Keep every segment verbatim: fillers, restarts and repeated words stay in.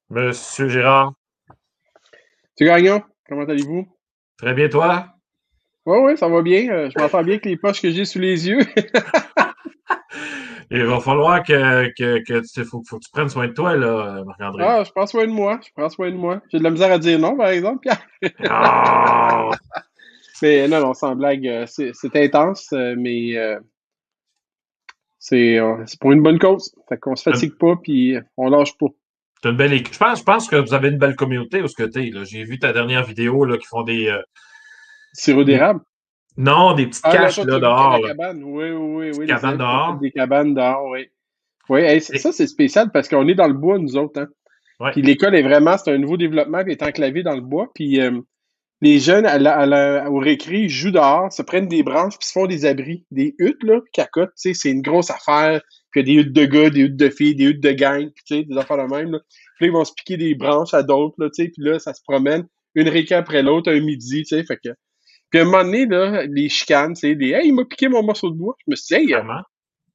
Monsieur Girard, Monsieur Gagnon, comment allez-vous? très bien toi? Oui, oui, ça va bien. Euh, je m'entends bien avec les poches que j'ai sous les yeux. Il va falloir que, que, que tu, faut, faut que tu prennes soin de toi, là, Marc-André. Ah, je prends soin de moi. Je prends soin de moi. J'ai de la misère à dire non, par exemple, Pierre. Ah! Mais non, non, sans blague, euh, c'est c'est intense, euh, mais euh, c'est euh, c'est pour une bonne cause. Fait qu'on se T'as une fatigue pas, puis on lâche pas. t'as une belle équipe. Je pense, je pense que vous avez une belle communauté où ce que t'es, là. J'ai vu ta dernière vidéo, là, qui font des, euh, Sirop des, d'érable. non, des petites Ah là, caches, toi, là, tu veux la dehors, là. cabane. Oui, oui, oui, Petites oui, les cabanes élèves qui ont fait dehors. des cabanes dehors, oui. Oui, hey, c- Et- ça, c'est spécial parce qu'on est dans le bois, nous autres, hein. ouais. Puis l'école est vraiment, c'est un nouveau développement qui est enclavé dans le bois. Puis euh, les jeunes, à la- à la- au récré, ils jouent dehors, se prennent des branches, puis se font des abris, des huttes, là, puis cacottes, tu sais, c'est une grosse affaire. Puis il y a des huttes de gars, des huttes de filles, des huttes de gang, puis tu sais, des affaires de même, là. Puis là, ils vont se piquer des branches à d'autres, là, tu sais, puis là, ça se promène, une récré après l'autre, un midi, tu sais, fait que... Puis à un moment donné, là, les chicanes, tu sais, des « Hey, il m'a piqué mon morceau de bois! » Je me suis dit « Hey, euh, Clairement.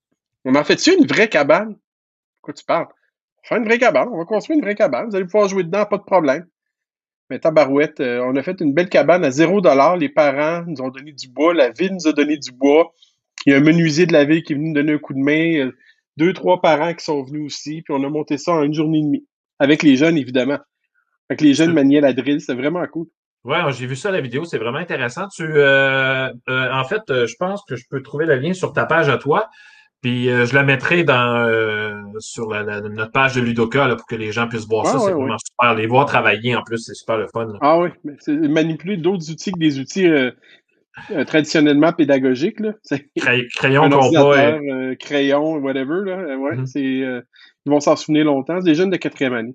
on en fait-tu une vraie cabane? » Quoi tu parles? On va faire une vraie cabane, on va construire une vraie cabane, vous allez pouvoir jouer dedans, pas de problème. Mais tabarouette, euh, on a fait une belle cabane à zéro dollar. Les parents nous ont donné du bois, la ville nous a donné du bois. Il y a un menuisier de la ville qui est venu nous donner un coup de main. euh, Deux, trois parents qui sont venus aussi. Puis on a monté ça en une journée et demie. Avec les jeunes, évidemment. Avec les jeunes C'est- maniaient la drill. C'était vraiment cool. Ouais, j'ai vu ça la vidéo, c'est vraiment intéressant. Tu, euh, euh, en fait, euh, je pense que je peux trouver le lien sur ta page à toi. Puis euh, je la mettrai dans euh, sur la, la- notre page de Ludoka là, pour que les gens puissent voir Ah ça. C'est ouais, ouais. vraiment super. Les voir travailler en plus, c'est super le fun, là. Ah oui. Mais c'est manipuler d'autres outils que des outils euh, euh, traditionnellement pédagogiques, là. C'est Cray- crayon, un compas et. ordinateur, euh, crayon, whatever, là. Euh, ouais, Mhm. c'est, euh, ils vont s'en souvenir longtemps. C'est des jeunes de quatrième année.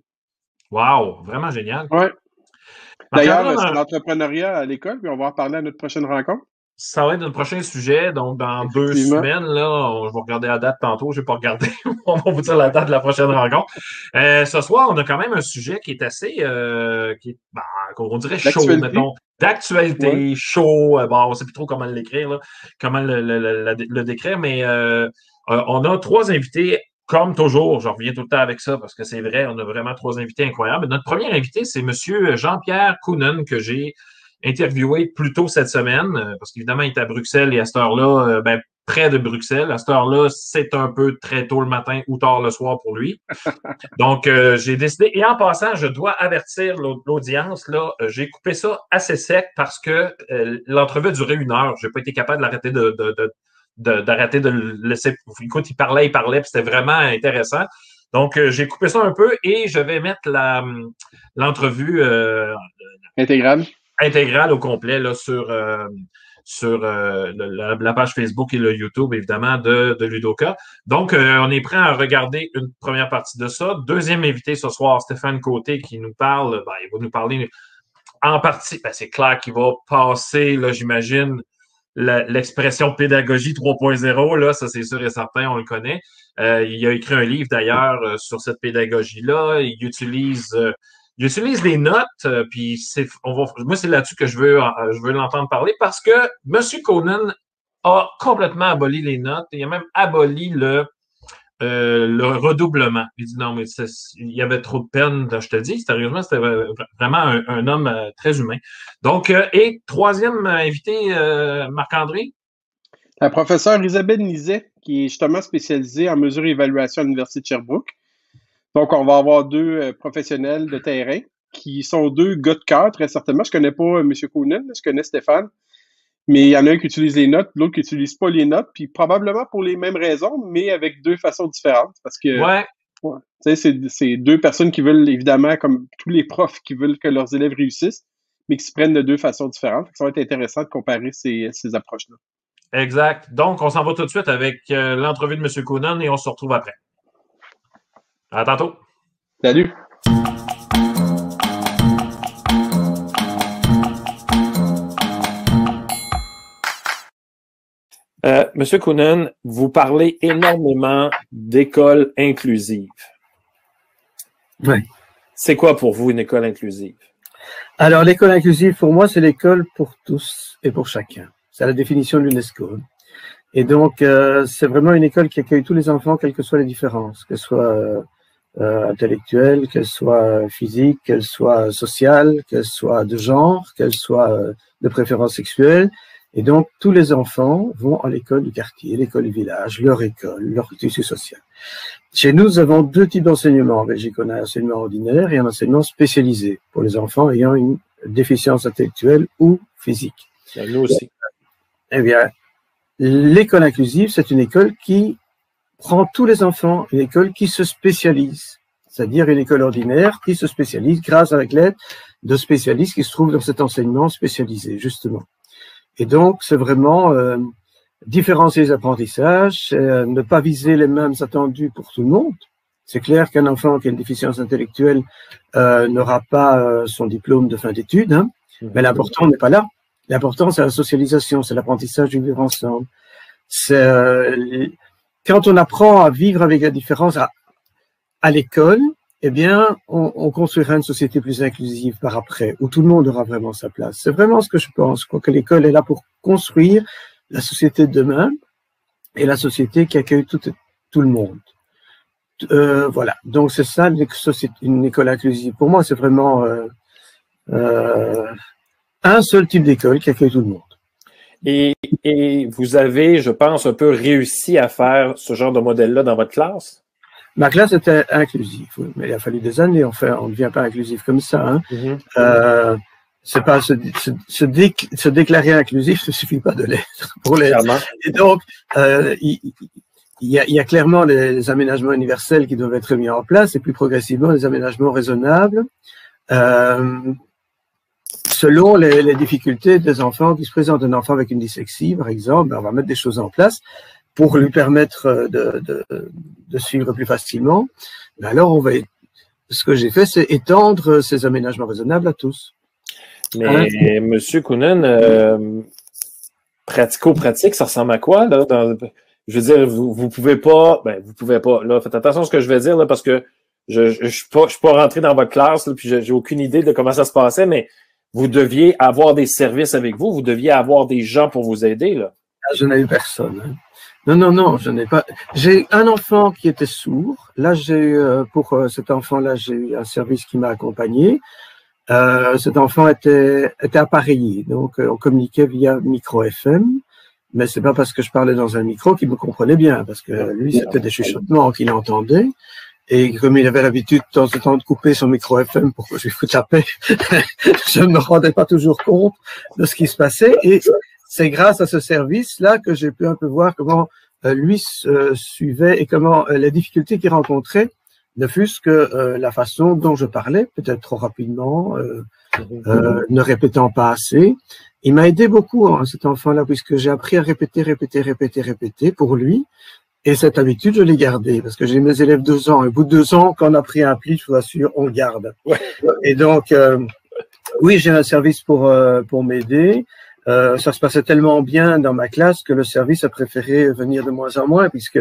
Wow, vraiment génial. Ouais. Marc-André, D'ailleurs, on euh, c'est a- l'entrepreneuriat à l'école, puis on va en parler à notre prochaine rencontre. ça va être notre prochain sujet. Donc, dans deux Effectivement. semaines, là, on- je vais regarder la date tantôt. Je vais pas regarder. On va vous dire la date de la prochaine rencontre. Euh, ce soir, on a quand même un sujet qui est assez, euh, qui est, ben, on dirait chaud, L'actualité? mettons, Ouais. d'actualité, chaud. Euh, bon, on sait plus trop comment l'écrire, là, comment le, le, le, le- le décrire, mais euh, euh, on a trois invités. Comme toujours, je reviens tout le temps avec ça parce que c'est vrai, on a vraiment trois invités incroyables. Notre premier invité, c'est Monsieur Jean-Pierre Kounen que j'ai interviewé plus tôt cette semaine, euh, parce qu'évidemment, il est à Bruxelles et à cette heure-là, euh, ben, près de Bruxelles. À cette heure-là, c'est un peu très tôt le matin ou tard le soir pour lui. Donc, euh, j'ai décidé, et en passant, je dois avertir l'audience, là, euh, j'ai coupé ça assez sec parce que euh, l'entrevue a duré une heure. J'ai pas été capable d'arrêter de, de, de, de, d'arrêter de le laisser. Écoute, il parlait, il parlait, puis c'était vraiment intéressant. Donc, euh, j'ai coupé ça un peu et je vais mettre la l'entrevue euh, Intégrale. intégrale au complet là, sur, euh, sur euh, la, la, page Facebook et le YouTube, évidemment, de, de Ludoka. Donc, euh, on est prêt à regarder une première partie de ça. Deuxième invité ce soir, Stéphane Côté, qui nous parle, ben, il va nous parler en partie, ben, c'est clair qu'il va passer, là, j'imagine, l'expression pédagogie trois point zéro, là, ça c'est sûr et certain, on le connaît. Euh, il a écrit un livre d'ailleurs euh, sur cette pédagogie-là. Il utilise, euh, il utilise les notes, euh, puis c'est, on va, moi c'est là-dessus que je veux, euh, je veux l'entendre parler parce que M. Conan a complètement aboli les notes. Il a même aboli le euh, le redoublement. Il dit non, mais il y avait trop de peine. Je te dis, sérieusement, c'était vraiment un, un homme euh, très humain. Donc, euh, et troisième invité, euh, Marc-André. La professeure Isabelle Nizet, qui est justement spécialisée en mesure et évaluation à l'Université de Sherbrooke. Donc, on va avoir deux euh, professionnels de terrain qui sont deux gars de cœur, très certainement. Je connais pas euh, M. Kounen, je connais Stéphane. Mais il y en a un qui utilise les notes, l'autre qui utilise pas les notes, puis probablement pour les mêmes raisons, mais avec deux façons différentes. Parce que Ouais, ouais, tu sais, c'est deux personnes qui veulent, évidemment, comme tous les profs qui veulent que leurs élèves réussissent, mais qui se prennent de deux façons différentes. Ça va être intéressant de comparer ces, ces approches-là. exact. Donc, on s'en va tout de suite avec euh, l'entrevue de M. Conan et on se retrouve après. À tantôt. Salut! Euh, Monsieur Kounen, vous parlez énormément d'école inclusive. Oui. C'est quoi pour vous une école inclusive? Alors, l'école inclusive, pour moi, c'est l'école pour tous et pour chacun. C'est la définition de l'UNESCO. Et donc, euh, c'est vraiment une école qui accueille tous les enfants, quelles que soient les différences, que ce soit euh, euh, intellectuelle, qu'elle soit physique, qu'elle soit sociale, qu'elle soit de genre, qu'elle soit euh, de préférence sexuelle. Et donc, tous les enfants vont à l'école du quartier, l'école du village, leur école, leur tissu social. Chez nous, nous avons deux types d'enseignement. En Belgique, on a un enseignement ordinaire et un enseignement spécialisé pour les enfants ayant une déficience intellectuelle ou physique. Et nous aussi. Eh bien, l'école inclusive, c'est une école qui prend tous les enfants, une école qui se spécialise, c'est-à-dire une école ordinaire qui se spécialise grâce à l'aide de spécialistes qui se trouvent dans cet enseignement spécialisé, justement. Et donc, c'est vraiment euh, différencier les apprentissages, euh, ne pas viser les mêmes attendus pour tout le monde. C'est clair qu'un enfant qui a une déficience intellectuelle euh, n'aura pas euh, son diplôme de fin d'études, hein, mais l'important n'est pas là. L'important, c'est la socialisation, c'est l'apprentissage du vivre ensemble. C'est euh, quand on apprend à vivre avec la différence à, à l'école, eh bien, on, on construira une société plus inclusive par après, où tout le monde aura vraiment sa place. C'est vraiment ce que je pense. Je crois que l'école est là pour construire la société de demain et la société qui accueille tout, tout le monde. Euh, voilà. Donc, c'est ça, une école inclusive. Pour moi, c'est vraiment euh, euh, un seul type d'école qui accueille tout le monde. Et, et vous avez, je pense, un peu réussi à faire ce genre de modèle-là dans votre classe? Ma classe était inclusive, oui, mais il a fallu des années. Enfin, on ne devient pas inclusif comme ça. Hein. Mm-hmm. euh, c'est pas se, se, se, déc, se déclarer inclusif, il ne suffit pas de l'être pour l'être. Et donc, euh, il, il, y a, il y a clairement les, les aménagements universels qui doivent être mis en place, et plus progressivement les aménagements raisonnables, euh, selon les, les difficultés des enfants qui se présentent. Un enfant avec une dyslexie, par exemple, ben on va mettre des choses en place pour lui permettre de, de, de suivre plus facilement. Mais alors, on va, ce que j'ai fait, c'est étendre ces aménagements raisonnables à tous. Mais, hein? Monsieur Koonen, euh, pratico-pratique, ça ressemble à quoi, là? Dans, je veux dire, vous, vous pouvez pas, ben, vous pouvez pas, là, faites attention à ce que je vais dire, là, parce que je, je, je suis pas, je suis pas rentré dans votre classe, là, puis j'ai aucune idée de comment ça se passait, mais vous deviez avoir des services avec vous, vous deviez avoir des gens pour vous aider, là. Je n'ai eu personne, hein. Non, non, non, je n'ai pas. J'ai un enfant qui était sourd. Là, j'ai eu, pour cet enfant-là, j'ai eu un service qui m'a accompagné. Euh, cet enfant était, était appareillé, donc on communiquait via micro F M, mais c'est pas parce que je parlais dans un micro qu'il me comprenait bien, parce que lui, c'était des chuchotements qu'il entendait. Et comme il avait l'habitude de temps en temps de couper son micro F M pour que je lui foute la paix, je ne me rendais pas toujours compte de ce qui se passait. Et c'est grâce à ce service-là que j'ai pu un peu voir comment euh, lui euh, suivait et comment euh, les difficultés qu'il rencontrait, ne fût-ce que euh, la façon dont je parlais, peut-être trop rapidement, euh, euh, ne répétant pas assez. Il m'a aidé beaucoup, hein, cet enfant-là, puisque j'ai appris à répéter, répéter, répéter, répéter pour lui. Et cette habitude, je l'ai gardée, parce que j'ai mes élèves deux ans. Et au bout de deux ans, quand on a pris un pli, je vous assure, on le garde. Ouais. Et donc, euh, oui, j'ai un service pour, euh, pour m'aider. Euh, ça se passait tellement bien dans ma classe que le service a préféré venir de moins en moins, puisque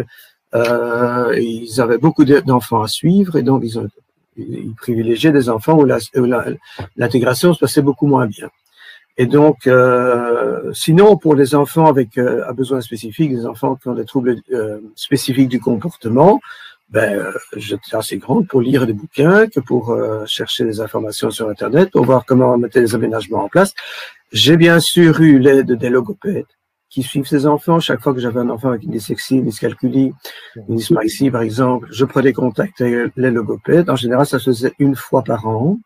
euh, ils avaient beaucoup d'enfants à suivre, et donc ils ont ils privilégiaient des enfants où l'intégration se passait beaucoup moins bien. Et donc, euh, sinon, pour les enfants avec euh, à besoins spécifiques, des enfants qui ont des troubles euh, spécifiques du comportement, ben, euh, j'étais assez grande pour lire des bouquins que pour euh, chercher des informations sur Internet, pour voir comment mettre les aménagements en place. J'ai bien sûr eu l'aide des logopèdes qui suivent ces enfants. Chaque fois que j'avais un enfant avec une dyslexie, une dyscalculie, une dyspraxie, par exemple, je prenais contact avec les logopèdes. En général, ça se faisait une fois par an.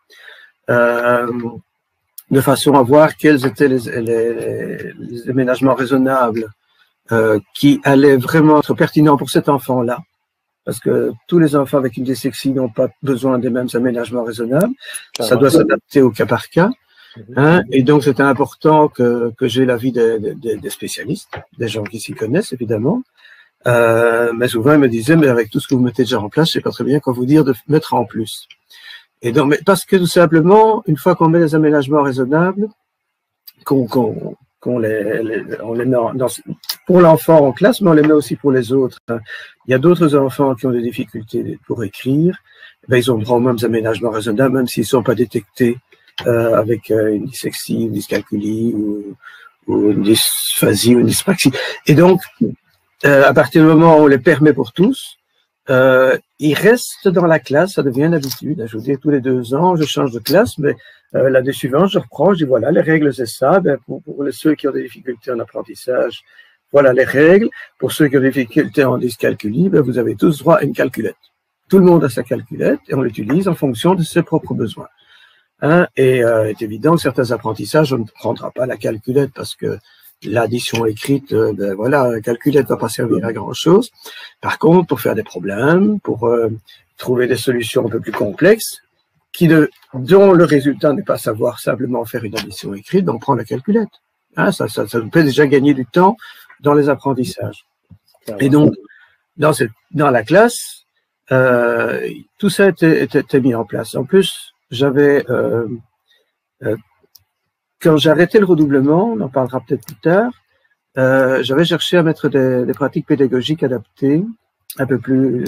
Euh, de façon à voir quels étaient les, les, les aménagements raisonnables euh, qui allaient vraiment être pertinents pour cet enfant-là, parce que tous les enfants avec une dyslexie n'ont pas besoin des mêmes aménagements raisonnables, ça doit s'adapter au cas par cas, hein, et donc c'était important que, que j'ai l'avis des, des, des spécialistes, des gens qui s'y connaissent évidemment, euh, mais souvent ils me disaient, mais avec tout ce que vous mettez déjà en place, je sais pas très bien quoi vous dire de mettre en plus. Et donc, mais parce que tout simplement, une fois qu'on met des aménagements raisonnables, qu'on qu'on qu'on les, les, on les met en, dans, pour l'enfant en classe, mais on les met aussi pour les autres. Il y a d'autres enfants qui ont des difficultés pour écrire, ben, ils ont droit aux mêmes aménagements raisonnables, même s'ils ne sont pas détectés euh, avec euh, une dyslexie, une dyscalculie ou, ou une dysphasie ou une dyspraxie. Et donc, euh, à partir du moment où on les permet pour tous, euh, il reste dans la classe, ça devient une habitude. Je veux dire, tous les deux ans, je change de classe, mais euh, l'année suivante, je reprends, je dis voilà, les règles, c'est ça. Ben, pour, pour ceux qui ont des difficultés en apprentissage, voilà les règles. Pour ceux qui ont des difficultés en dyscalculie, ben, vous avez tous droit à une calculette. Tout le monde a sa calculette et on l'utilise en fonction de ses propres besoins. Hein, et euh, est évident que certains apprentissages, on ne prendra pas la calculette parce que l'addition écrite, euh, ben voilà, la calculette va pas servir à grand chose. Par contre, pour faire des problèmes, pour euh, trouver des solutions un peu plus complexes, qui de, dont le résultat n'est pas savoir simplement faire une addition écrite, ben on prend la calculette. Hein, ça, ça, ça nous fait déjà gagner du temps dans les apprentissages. Et donc, dans cette, dans la classe, euh, tout ça était, était, était mis en place. En plus, j'avais euh, euh, quand j'ai arrêté le redoublement, on en parlera peut-être plus tard, euh, j'avais cherché à mettre des, des pratiques pédagogiques adaptées, un peu plus,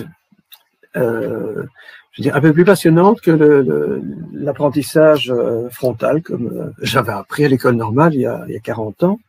euh, je veux dire, un peu plus passionnantes que le, le, l'apprentissage euh, frontal, comme euh, j'avais appris à l'école normale il y a, il y a quarante ans.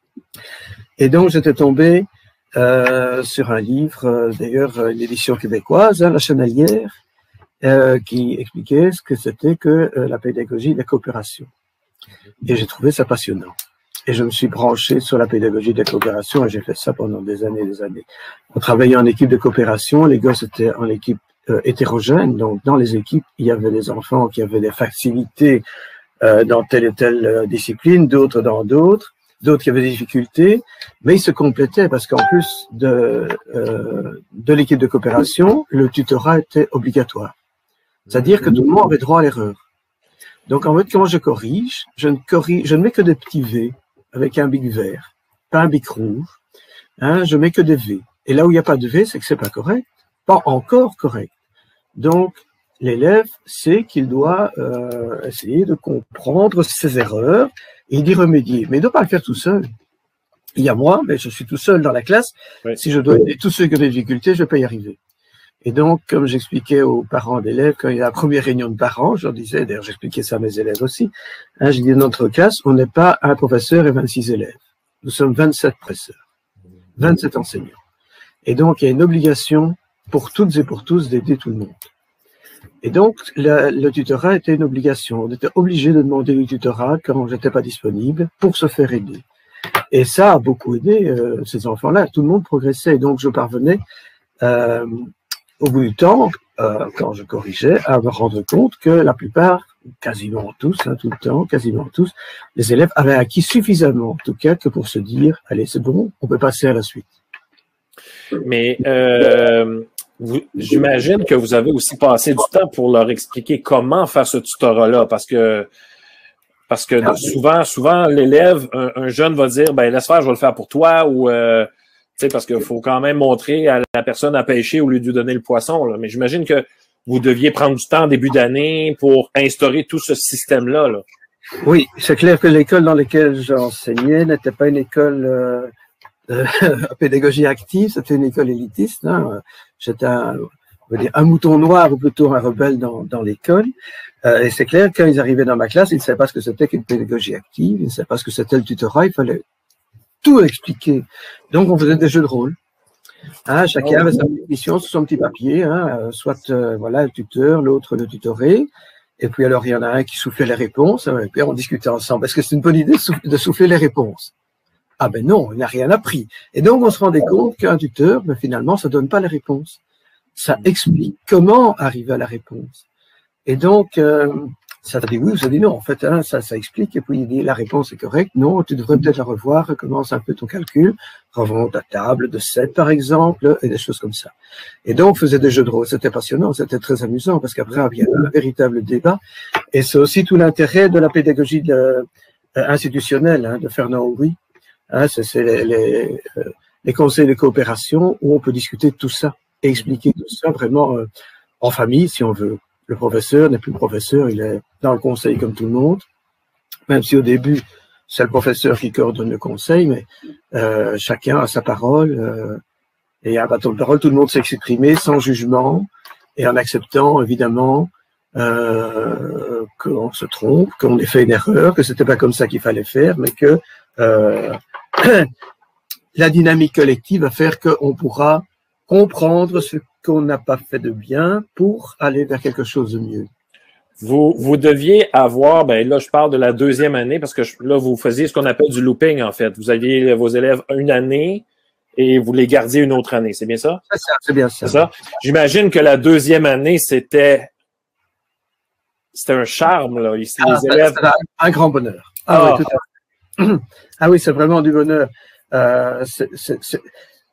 Et donc, j'étais tombé euh, sur un livre, euh, d'ailleurs, une édition québécoise, hein, La Chenalière, euh, qui expliquait ce que c'était que euh, la pédagogie de la coopération. Et j'ai trouvé ça passionnant. Et je me suis branché sur la pédagogie de la coopération et j'ai fait ça pendant des années et des années. On travaillait en équipe de coopération, les gosses étaient en équipe euh, hétérogène, donc dans les équipes, il y avait des enfants qui avaient des facilités euh, dans telle et telle euh, discipline, d'autres dans d'autres, d'autres qui avaient des difficultés, mais ils se complétaient parce qu'en plus de, euh, de l'équipe de coopération, le tutorat était obligatoire. C'est-à-dire que tout le monde avait droit à l'erreur. Donc, en fait, quand je corrige, je ne corrige, je ne mets que des petits V avec un bic vert, pas un bic rouge. Hein, je mets que des V. Et là où il n'y a pas de V, c'est que c'est pas correct, pas encore correct. Donc, l'élève sait qu'il doit euh, essayer de comprendre ses erreurs et d'y remédier. Mais il ne doit pas le faire tout seul. Il y a moi, mais je suis tout seul dans la classe. Oui. Si je dois aider tous ceux qui ont des difficultés, je ne vais pas y arriver. Et donc, comme j'expliquais aux parents d'élèves, quand il y a la première réunion de parents, je leur disais, d'ailleurs j'expliquais ça à mes élèves aussi, hein, j'ai dit, dans notre classe, on n'est pas un professeur et vingt-six élèves. Nous sommes vingt-sept professeurs, vingt-sept enseignants. Et donc, il y a une obligation pour toutes et pour tous d'aider tout le monde. Et donc, la, le tutorat était une obligation. On était obligé de demander du tutorat quand j'étais pas disponible pour se faire aider. Et ça a beaucoup aidé euh, ces enfants-là. Tout le monde progressait. Et donc, je parvenais... Euh, au bout du temps, euh, quand je corrigeais, à me rendre compte que la plupart, quasiment tous, hein, tout le temps, quasiment tous, les élèves avaient acquis suffisamment, en tout cas, que pour se dire, allez, c'est bon, on peut passer à la suite. Mais euh, j'imagine que vous avez aussi passé du temps pour leur expliquer comment faire ce tutorat-là, parce que parce que ah, souvent, souvent, l'élève, un, un jeune va dire, ben laisse faire, je vais le faire pour toi, ou euh, parce qu'il faut quand même montrer à la personne à pêcher au lieu de lui donner le poisson. Là. Mais j'imagine que vous deviez prendre du temps en début d'année pour instaurer tout ce système-là. Là. Oui, c'est clair que l'école dans laquelle j'enseignais n'était pas une école euh, euh, à pédagogie active, c'était une école élitiste. Hein. J'étais un, on va dire, un mouton noir ou plutôt un rebelle dans, dans l'école. Euh, et c'est clair, quand ils arrivaient dans ma classe, ils ne savaient pas ce que c'était qu'une pédagogie active, ils ne savaient pas ce que c'était le tutorat, il fallait tout expliquer. Donc, on faisait des jeux de rôle. Hein, chacun avait sa mission sur son petit papier, hein, soit euh, voilà le tuteur, l'autre le tutoré. Et puis alors, il y en a un qui soufflait les réponses, et puis on discutait ensemble. Est-ce que c'est une bonne idée de souffler les réponses? Ah ben non, il n'a rien appris. Et donc, on se rendait compte qu'un tuteur, ben, finalement, ça donne pas les réponses. Ça explique comment arriver à la réponse. Et donc, euh, ça dit oui ou ça dit non. En fait, hein, ça, ça explique. Et puis, il dit la réponse est correcte. Non, tu devrais peut-être la revoir. Recommence un peu ton calcul. Remonte ta table de sept, par exemple, et des choses comme ça. Et donc, on faisait des jeux de rôle. C'était passionnant. C'était très amusant parce qu'après, il y a un véritable débat. Et c'est aussi tout l'intérêt de la pédagogie de, euh, institutionnelle hein, de Fernand Houry. Hein, c'est, c'est les, les, euh, les conseils de coopération où on peut discuter de tout ça et expliquer tout ça vraiment euh, en famille, si on veut. Le professeur n'est plus professeur, il est dans le conseil comme tout le monde, même si au début, c'est le professeur qui coordonne le conseil, mais euh, chacun a sa parole, euh, et à un bâton de parole, tout le monde s'est exprimé sans jugement, et en acceptant, évidemment, euh, qu'on se trompe, qu'on ait fait une erreur, que c'était pas comme ça qu'il fallait faire, mais que euh, la dynamique collective va faire qu'on pourra comprendre ce qu'on n'a pas fait de bien pour aller vers quelque chose de mieux. Vous, vous deviez avoir, ben là, je parle de la deuxième année parce que je, là, vous faisiez ce qu'on appelle du looping, en fait. Vous aviez vos élèves une année et vous les gardiez une autre année. C'est bien ça? C'est ça, c'est bien ça. C'est ça? J'imagine que la deuxième année, c'était, c'était un charme, là. Ici, Ah, les élèves. un, un grand bonheur. Ah, Ah. oui, tout à fait. Ah oui, c'est vraiment du bonheur. Euh, c'est, c'est, c'est...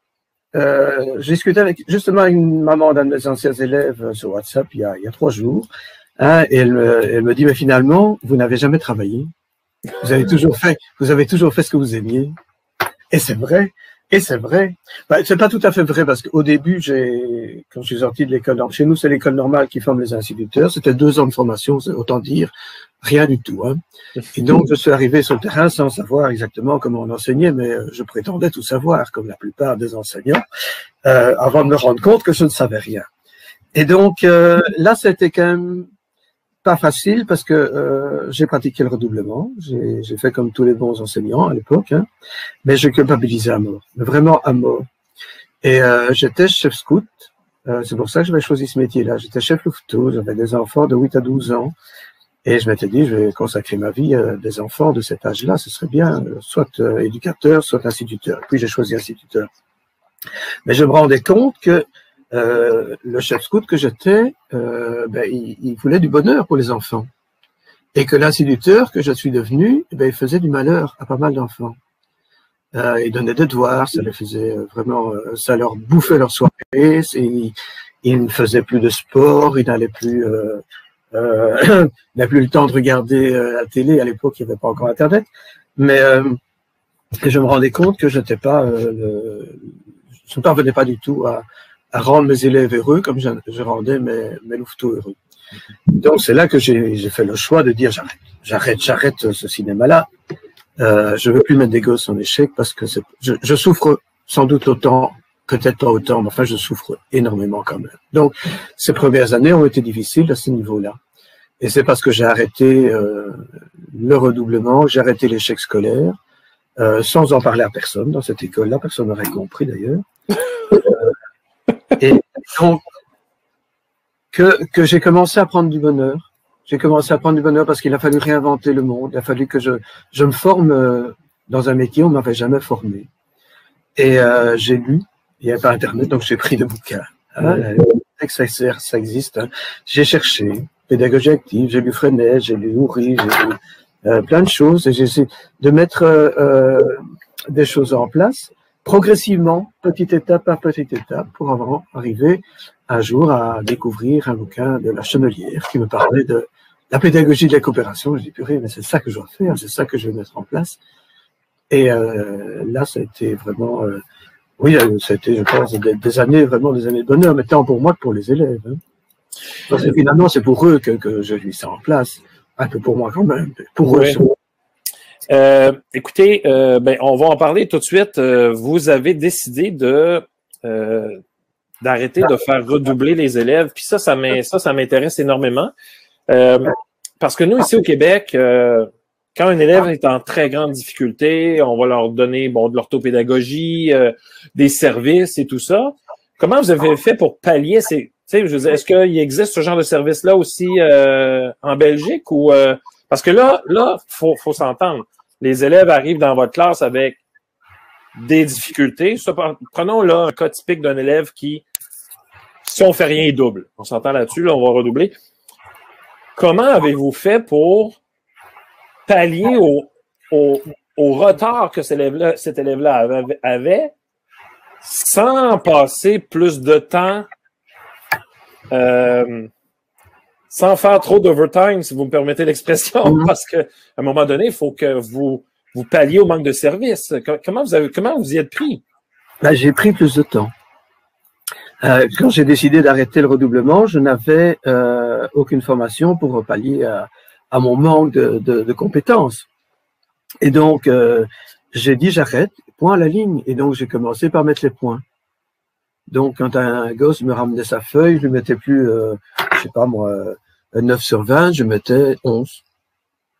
Euh, j'ai discuté avec justement une maman d'un de mes anciens élèves sur WhatsApp il y a, il y a trois jours. Hein, et elle me, elle me dit, mais finalement, vous n'avez jamais travaillé. Vous avez toujours fait, vous avez toujours fait ce que vous aimiez. Et c'est vrai. Et c'est vrai. Ben, c'est pas tout à fait vrai parce qu'au début, j'ai, quand je suis sorti de l'école, chez nous, c'est l'école normale qui forme les instituteurs. C'était deux ans de formation, c'est autant dire rien du tout, hein. Et donc, je suis arrivé sur le terrain sans savoir exactement comment on enseignait, mais je prétendais tout savoir, comme la plupart des enseignants, euh, avant de me rendre compte que je ne savais rien. Et donc, euh, là, c'était quand même pas facile parce que euh, j'ai pratiqué le redoublement, j'ai, j'ai fait comme tous les bons enseignants à l'époque, hein, mais je culpabilisais à mort, vraiment à mort. Et euh, j'étais chef scout, euh, c'est pour ça que j'avais choisi ce métier-là. J'étais chef louveteau, j'avais des enfants de huit à douze ans, et je m'étais dit, je vais consacrer ma vie à des enfants de cet âge-là, ce serait bien, soit euh, éducateur, soit instituteur. Puis j'ai choisi instituteur. Mais je me rendais compte que Euh, le chef scout que j'étais, euh, ben, il, il voulait du bonheur pour les enfants. Et que l'instituteur que je suis devenu, ben, il faisait du malheur à pas mal d'enfants. Euh, il donnait des devoirs, ça les faisait vraiment, euh, ça leur bouffait leur soirée, ils il ne faisaient plus de sport, ils n'allaient plus, euh, euh, n'avaient plus le temps de regarder euh, la télé. À l'époque, il n'y avait pas encore Internet. Mais euh, je me rendais compte que je n'étais pas, euh, le, je ne parvenais pas du tout à à rendre mes élèves heureux comme je, je rendais mes, mes louveteaux heureux. Donc, c'est là que j'ai, j'ai fait le choix de dire j'arrête, j'arrête, j'arrête ce cinéma-là. Euh, je veux plus mettre des gosses en échec parce que c'est, je, je souffre sans doute autant, peut-être pas autant, mais enfin, je souffre énormément quand même. Donc, ces premières années ont été difficiles à ce niveau-là. Et c'est parce que j'ai arrêté euh, le redoublement, j'ai arrêté l'échec scolaire, euh, sans en parler à personne dans cette école-là, personne n'aurait compris d'ailleurs. Et donc, que, que j'ai commencé à prendre du bonheur. J'ai commencé à prendre du bonheur parce qu'il a fallu réinventer le monde. Il a fallu que je, je me forme dans un métier où on m'avait jamais formé. Et euh, j'ai lu. Il n'y avait pas Internet, donc j'ai pris des bouquins. Hein, ça, ça existe. Hein. J'ai cherché pédagogie active, j'ai lu Freinet, j'ai lu Houry, j'ai lu euh, plein de choses. Et j'ai essayé de mettre euh, des choses en place. Progressivement, petite étape par petite étape, pour avant arriver un jour à découvrir un bouquin de La Chenelière qui me parlait de la pédagogie de la coopération. Je dis, purée, mais c'est ça que je dois faire, c'est ça que je vais mettre en place. Et euh, là, ça a été vraiment, euh, oui, ça a été, je pense, des, des années, vraiment des années de bonheur, mais tant pour moi que pour les élèves. Hein. Parce que finalement, c'est pour eux que, que j'ai mis ça en place, un peu pour moi quand même, pour oui. eux. Euh, écoutez, euh, ben, on va en parler tout de suite. Euh, vous avez décidé de euh, d'arrêter de faire redoubler les élèves. Puis ça, ça, ça, ça m'intéresse énormément. Euh, parce que nous, ici au Québec, euh, quand un élève est en très grande difficulté, on va leur donner bon, de l'orthopédagogie, euh, des services et tout ça. Comment vous avez fait pour pallier ces... Tu sais, je veux dire, est-ce qu'il existe ce genre de service-là aussi euh, en Belgique ou... Euh, parce que là, là, faut, faut s'entendre. Les élèves arrivent dans votre classe avec des difficultés. Prenons là un cas typique d'un élève qui, si on fait rien, il double. On s'entend là-dessus, là, on va redoubler. Comment avez-vous fait pour pallier au, au, au retard que cet élève-là, cet élève-là avait, avait sans passer plus de temps euh, sans faire trop d'overtime, si vous me permettez l'expression, mm-hmm. parce qu'à un moment donné, il faut que vous, vous palliez au manque de service. Comment vous avez, comment vous y êtes pris? Ben, j'ai pris plus de temps. Euh, quand j'ai décidé d'arrêter le redoublement, je n'avais euh, aucune formation pour pallier à, à mon manque de, de, de compétences. Et donc, euh, j'ai dit j'arrête, point à la ligne. Et donc, j'ai commencé par mettre les points. Donc, quand un gosse me ramenait sa feuille, je lui mettais plus, euh, je sais pas moi, neuf sur vingt, je mettais onze. Hein?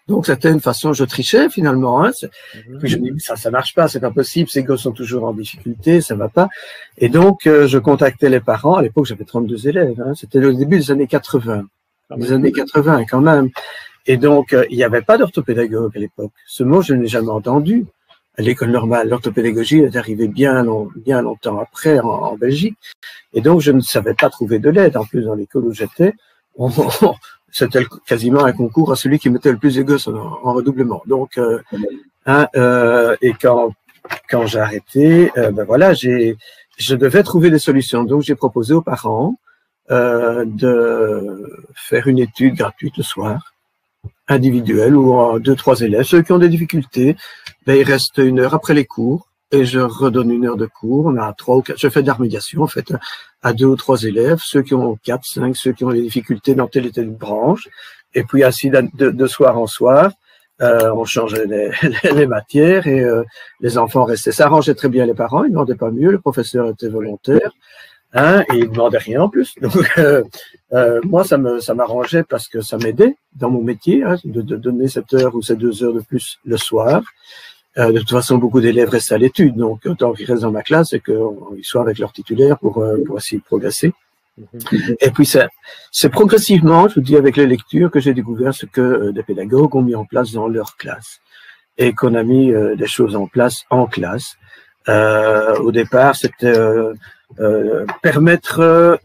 Donc, c'était une façon, je trichais finalement. Hein. Mhm. Puis je me dis, ça, ça marche pas, c'est pas possible, ces gosses sont toujours en difficulté, ça va pas. Et donc, euh, je contactais les parents. À l'époque, j'avais trente-deux élèves. Hein. C'était au début des années quatre-vingts. Ah Les oui. années quatre-vingts, quand même. Et donc, euh, il n'y avait pas d'orthopédagogue à l'époque. Ce mot, je ne l'ai jamais entendu. À l'école normale, l'orthopédagogie est arrivée bien, long, bien longtemps après en, en Belgique. Et donc, je ne savais pas trouver de l'aide. En plus, dans l'école où j'étais, on, on, c'était quasiment un concours à celui qui mettait le plus de gosses en, en redoublement. Donc, euh, hein, euh, et quand, quand j'ai arrêté, euh, ben voilà, j'ai, je devais trouver des solutions. Donc, j'ai proposé aux parents euh, de faire une étude gratuite le soir, individuelle, ou en deux, trois élèves. Ceux qui ont des difficultés, ben, ils restent une heure après les cours et je redonne une heure de cours. On a trois ou quatre, je fais de la remédiation, en fait, à deux ou trois élèves, ceux qui ont quatre, cinq, ceux qui ont des difficultés dans telle et telle branche. Et puis, ainsi, de, de soir en soir, euh, on changeait les, les matières et euh, les enfants restaient. Ça arrangeait très bien les parents, ils ne demandaient pas mieux, le professeur était volontaire. Hein, et il ne demandait rien en plus. Donc, euh, euh, moi, ça me, ça m'arrangeait parce que ça m'aidait dans mon métier, hein, de, de donner cette heure ou ces deux heures de plus le soir. Euh, de toute façon, beaucoup d'élèves restent à l'étude, donc autant qu'ils restent dans ma classe et qu'ils soient avec leur titulaire pour, euh, pour essayer de progresser. Mm-hmm. Et puis, c'est, c'est progressivement, je vous dis, avec les lectures que j'ai découvert ce que euh, des pédagogues ont mis en place dans leur classe et qu'on a mis euh, des choses en place en classe. Euh, au départ, c'était euh, euh, permettre,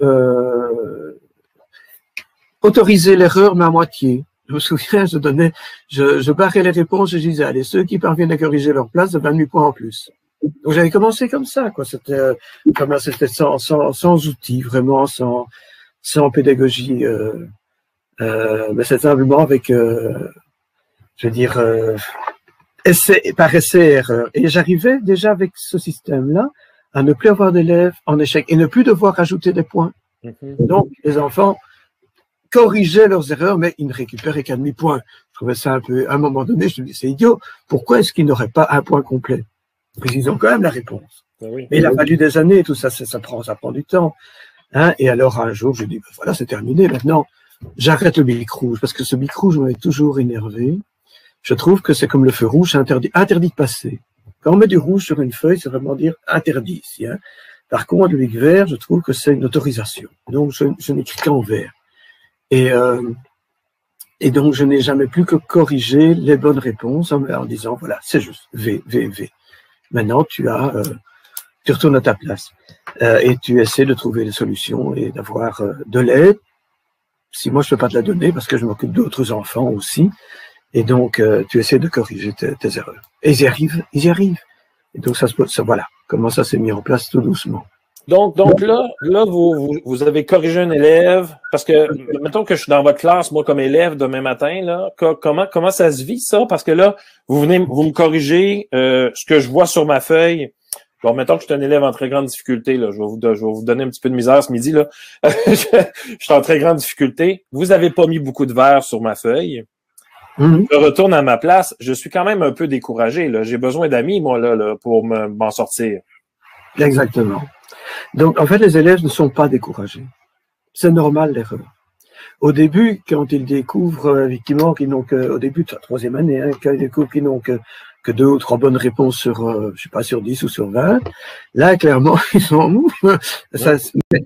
euh, autoriser l'erreur, mais à moitié. Je me souviens, je donnais, je, je barrais les réponses et je disais, allez, ceux qui parviennent à corriger leur place, vingt-huit points en plus. Donc j'avais commencé comme ça, quoi. C'était, euh, comme c'était sans, sans, sans outils, vraiment, sans, sans pédagogie. Euh, euh, mais c'est simplement avec, euh, je veux dire, euh, essai, par essai-erreur. Et j'arrivais déjà avec ce système-là à ne plus avoir d'élèves en échec et ne plus devoir ajouter des points. Mm-hmm. Donc, les enfants corrigeaient leurs erreurs, mais ils ne récupéraient qu'un demi-point. Je trouvais ça un peu, à un moment donné, je me dis, c'est idiot. Pourquoi est-ce qu'ils n'auraient pas un point complet? Parce qu'ils ont quand même la réponse. Ah oui, mais il a fallu des années, tout ça, ça, ça prend, ça prend du temps. Hein? Et alors, un jour, je dis, ben voilà, c'est terminé. Maintenant, j'arrête le bic rouge, parce que ce bic rouge m'avait toujours énervé. Je trouve que c'est comme le feu rouge, c'est interdit, interdit de passer. Quand on met du rouge sur une feuille, c'est vraiment dire interdit ici. Hein. Par contre, le bic vert, je trouve que c'est une autorisation. Donc, je, je n'écris qu'en vert. Et, euh, et donc, je n'ai jamais plus que corrigé les bonnes réponses en, en disant, voilà, c'est juste, V, V, V. Maintenant, tu as, euh, tu retournes à ta place euh, et tu essaies de trouver des solutions et d'avoir euh, de l'aide. Si moi, je ne peux pas te la donner parce que je m'occupe d'autres enfants aussi. Et donc, euh, tu essaies de corriger tes, tes erreurs. Et ils y arrivent, ils y arrivent. Et donc, ça se ça, voilà, comment ça s'est mis en place tout doucement. Donc, donc là, là vous, vous, vous avez corrigé un élève, parce que, mettons que je suis dans votre classe, moi, comme élève, demain matin, là, co- comment, comment ça se vit, ça? Parce que là, vous venez, vous me corrigez, euh, ce que je vois sur ma feuille. Bon, mettons que je suis un élève en très grande difficulté, là. Je vais vous, je vais vous donner un petit peu de misère ce midi, là. je, je suis en très grande difficulté. Vous avez pas mis beaucoup de verre sur ma feuille. Mm-hmm. Je retourne à ma place. Je suis quand même un peu découragé, là. J'ai besoin d'amis, moi, là, là pour me, m'en sortir. Exactement. Donc, en fait, les élèves ne sont pas découragés. C'est normal, l'erreur. Au début, quand ils découvrent, effectivement, qu'ils n'ont que, au début de la troisième année, hein, quand ils découvrent qu'ils n'ont que, que deux ou trois bonnes réponses sur, euh, je sais pas, sur dix ou sur vingt, là, clairement, ils sont, ça, mais,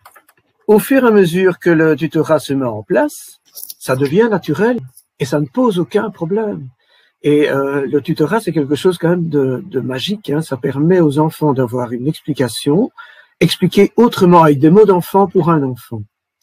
au fur et à mesure que le tutorat se met en place, ça devient naturel et ça ne pose aucun problème. Et euh, le tutorat, c'est quelque chose quand même de, de magique. Hein. Ça permet aux enfants d'avoir une explication, expliquer autrement avec des mots d'enfant pour un enfant.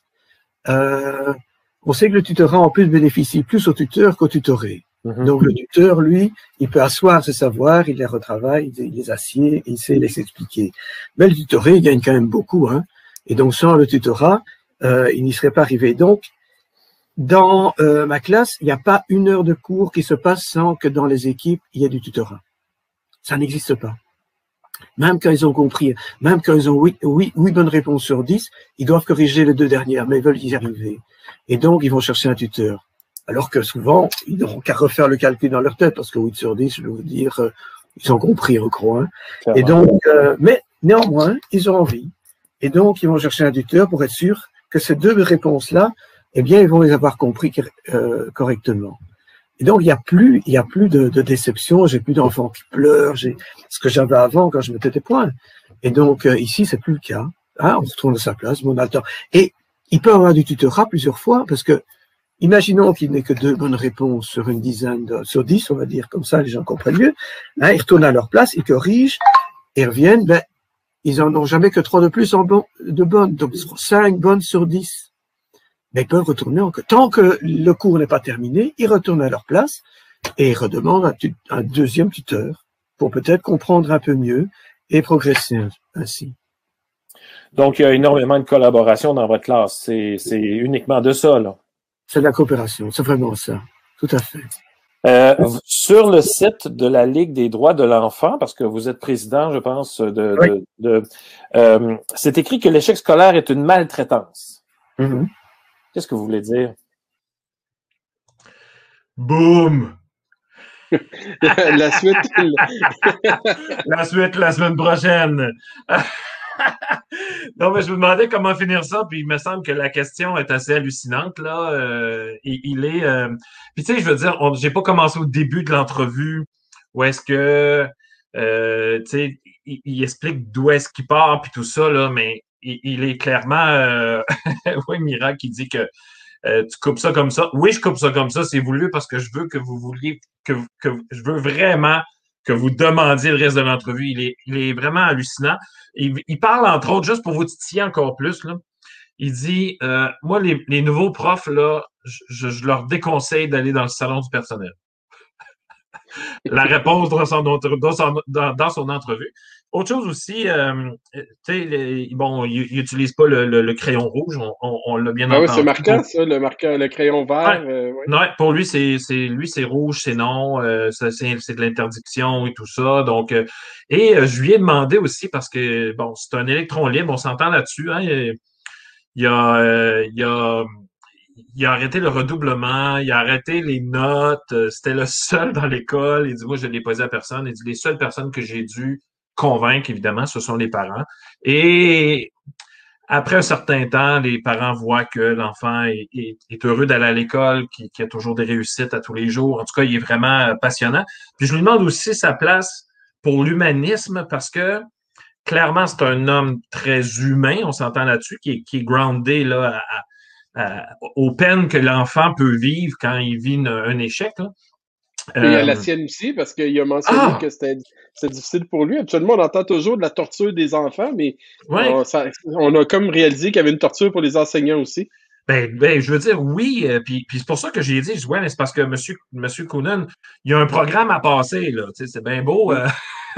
Euh, on sait que le tutorat en plus bénéficie plus au tuteur qu'au tutoré. Mm-hmm. Donc le tuteur, lui, il peut asseoir ses savoirs, il les retravaille, il les assied, il sait les expliquer. Mais le tutoré, il gagne quand même beaucoup. Hein. Et donc sans le tutorat, euh, il n'y serait pas arrivé. Donc, dans euh, ma classe, il n'y a pas une heure de cours qui se passe sans que dans les équipes, il y ait du tutorat. Ça n'existe pas. Même quand ils ont compris, même quand ils ont huit, huit, huit bonnes réponses sur dix, ils doivent corriger les deux dernières, mais ils veulent y arriver. Et donc, ils vont chercher un tuteur. Alors que souvent, ils n'auront qu'à refaire le calcul dans leur tête, parce que huit sur dix, je vais vous dire, euh, ils ont compris, je crois. Hein. Et donc, euh, mais néanmoins, ils ont envie. Et donc, ils vont chercher un tuteur pour être sûr que ces deux réponses-là, eh bien, ils vont les avoir compris euh, correctement. Et donc, il n'y a plus, il y a plus de, de déception, j'ai plus d'enfants qui pleurent, j'ai ce que j'avais avant quand je mettais des points. Et donc, euh, ici, c'est plus le cas. Hein, on retourne à sa place, mon attend. Et il peut avoir du tutorat plusieurs fois, parce que, imaginons qu'il n'ait que deux bonnes réponses sur une dizaine, de, sur dix, on va dire, comme ça, les gens comprennent mieux. Hein, ils retournent à leur place, ils corrigent, ils reviennent, ben, ils en ont jamais que trois de plus en bon, de bonnes, donc cinq bonnes sur dix. Mais ils peuvent retourner encore. Tant que le cours n'est pas terminé, ils retournent à leur place et ils redemandent un, tu, un deuxième tuteur pour peut-être comprendre un peu mieux et progresser ainsi. Donc, il y a énormément de collaboration dans votre classe. C'est, c'est uniquement de ça, là. C'est de la coopération, c'est vraiment ça. Tout à fait. Euh, sur le site de la Ligue des droits de l'enfant, parce que vous êtes président, je pense, de, oui. de, de euh, c'est écrit que l'échec scolaire est une maltraitance. Mm-hmm. Qu'est-ce que vous voulez dire? Boum! La suite. La suite la semaine prochaine. Non, mais je me demandais comment finir ça, puis il me semble que la question est assez hallucinante, là. Euh, il, il est... Euh... Puis tu sais, je veux dire, on, j'ai pas commencé au début de l'entrevue où est-ce que... Euh, tu sais, il, il explique d'où est-ce qu'il part, puis tout ça, là, mais il, il est clairement... Euh... oui, Mira qui dit que euh, tu coupes ça comme ça. Oui, je coupe ça comme ça, c'est voulu parce que je veux que vous vouliez... que, que je veux vraiment que vous demandiez le reste de l'entrevue. Il est, il est vraiment hallucinant. Il, il parle, entre autres, juste pour vous titiller encore plus, là, il dit, euh, moi, les, les nouveaux profs, là, je, je leur déconseille d'aller dans le salon du personnel. La réponse dans son, dans, son, dans, dans son entrevue. Autre chose aussi, euh, tu sais, bon, il n'utilise pas le, le, le crayon rouge, on, on, on l'a bien ah entendu. Oui, c'est marquant, ça, le marqueur, le crayon vert. Ouais. Euh, ouais. Non, pour lui, c'est, c'est lui, c'est rouge, c'est non, euh, c'est, c'est de l'interdiction et tout ça. Donc, euh, et euh, je lui ai demandé aussi parce que bon, c'est un électron libre, on s'entend là-dessus. Hein, il a, euh, il a, il a arrêté le redoublement, il a arrêté les notes. C'était le seul dans l'école. Il dit, moi, je ne l'ai pas dit à personne. Il dit, les seules personnes que j'ai dû convaincre, évidemment, ce sont les parents. Et après un certain temps, les parents voient que l'enfant est, est, est heureux d'aller à l'école, qu'il, qu'il a toujours des réussites à tous les jours. En tout cas, il est vraiment passionnant. Puis je lui demande aussi sa place pour l'humanisme parce que clairement, c'est un homme très humain, on s'entend là-dessus, qui est, qui est groundé là, à, à, aux peines que l'enfant peut vivre quand il vit une, un échec. Là. Et il y a la sienne aussi, parce qu'il a mentionné ah! que c'était, c'était difficile pour lui. Habituellement, on entend toujours de la torture des enfants, mais ouais. on, ça, on a comme réalisé qu'il y avait une torture pour les enseignants aussi. Ben, ben je veux dire, oui, euh, puis, puis c'est pour ça que j'ai dit, je dis, ouais, mais c'est parce que monsieur, monsieur Coonan, il y a un programme à passer, là, tu sais, c'est bien beau, euh,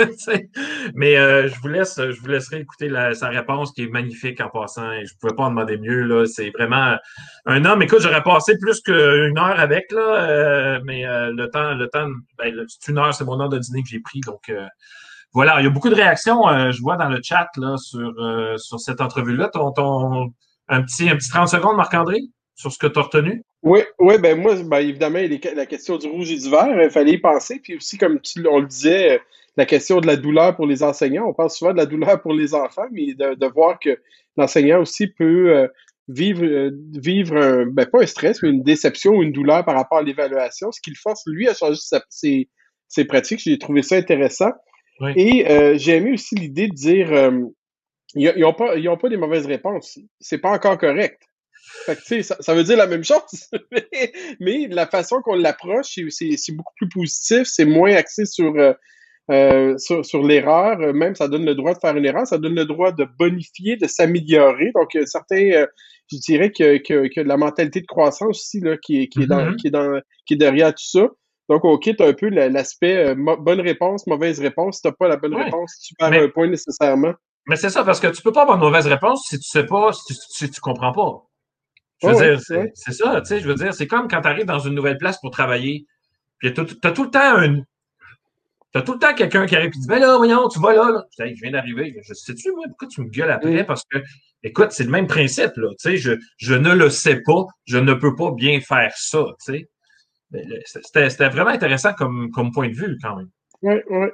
mais euh, je vous laisse, je vous laisserai écouter la, sa réponse qui est magnifique en passant, et je ne pouvais pas en demander mieux, là, c'est vraiment un homme, écoute, j'aurais passé plus qu'une heure avec, là, euh, mais euh, le temps, le temps, ben, c'est une heure, c'est mon heure de dîner que j'ai pris, donc euh, voilà, il y a beaucoup de réactions, euh, je vois dans le chat, là, sur, euh, sur cette entrevue-là, ton, ton Un petit, un petit trente secondes, Marc-André, sur ce que tu as retenu? Oui, oui, ben moi, ben évidemment, la question du rouge et du vert, il fallait y penser. Puis aussi, comme tu, on le disait, la question de la douleur pour les enseignants. On parle souvent de la douleur pour les enfants, mais de, de voir que l'enseignant aussi peut euh, vivre, euh, vivre un, ben pas un stress, mais une déception ou une douleur par rapport à l'évaluation, ce qui le force, lui, à changer sa, ses, ses pratiques. J'ai trouvé ça intéressant. Oui. Et euh, j'ai aimé aussi l'idée de dire... Euh, Ils n'ont pas, ils ont pas des mauvaises réponses. C'est pas encore correct. Fait que, tu sais, ça, ça veut dire la même chose. mais, mais la façon qu'on l'approche, c'est, c'est beaucoup plus positif. C'est moins axé sur, euh, sur, sur l'erreur. Même, ça donne le droit de faire une erreur. Ça donne le droit de bonifier, de s'améliorer. Donc, certains, euh, je dirais que, que, que la mentalité de croissance aussi, là, qui est, qui est, dans, mm-hmm. qui est, dans, qui est derrière tout ça. Donc, on quitte un peu l'aspect euh, mo- bonne réponse, mauvaise réponse. Si tu n'as pas la bonne ouais. réponse, tu perds mais... un point nécessairement. Mais c'est ça, parce que tu peux pas avoir de mauvaise réponse si tu sais pas, si tu, si tu comprends pas. Je veux oh, dire, c'est, ouais. c'est ça, tu sais, je veux dire, c'est comme quand tu arrives dans une nouvelle place pour travailler, puis tu as tout le temps un... T'as tout le temps quelqu'un qui arrive et dit, ben là, voyons, tu vas là, là. Je, hey, je viens d'arriver. Je sais-tu, moi, pourquoi tu me gueules après? Mm. Parce que, écoute, c'est le même principe, là. Tu sais, je, je ne le sais pas, je ne peux pas bien faire ça, tu sais. C'était, c'était vraiment intéressant comme, comme point de vue, quand même. Oui, oui.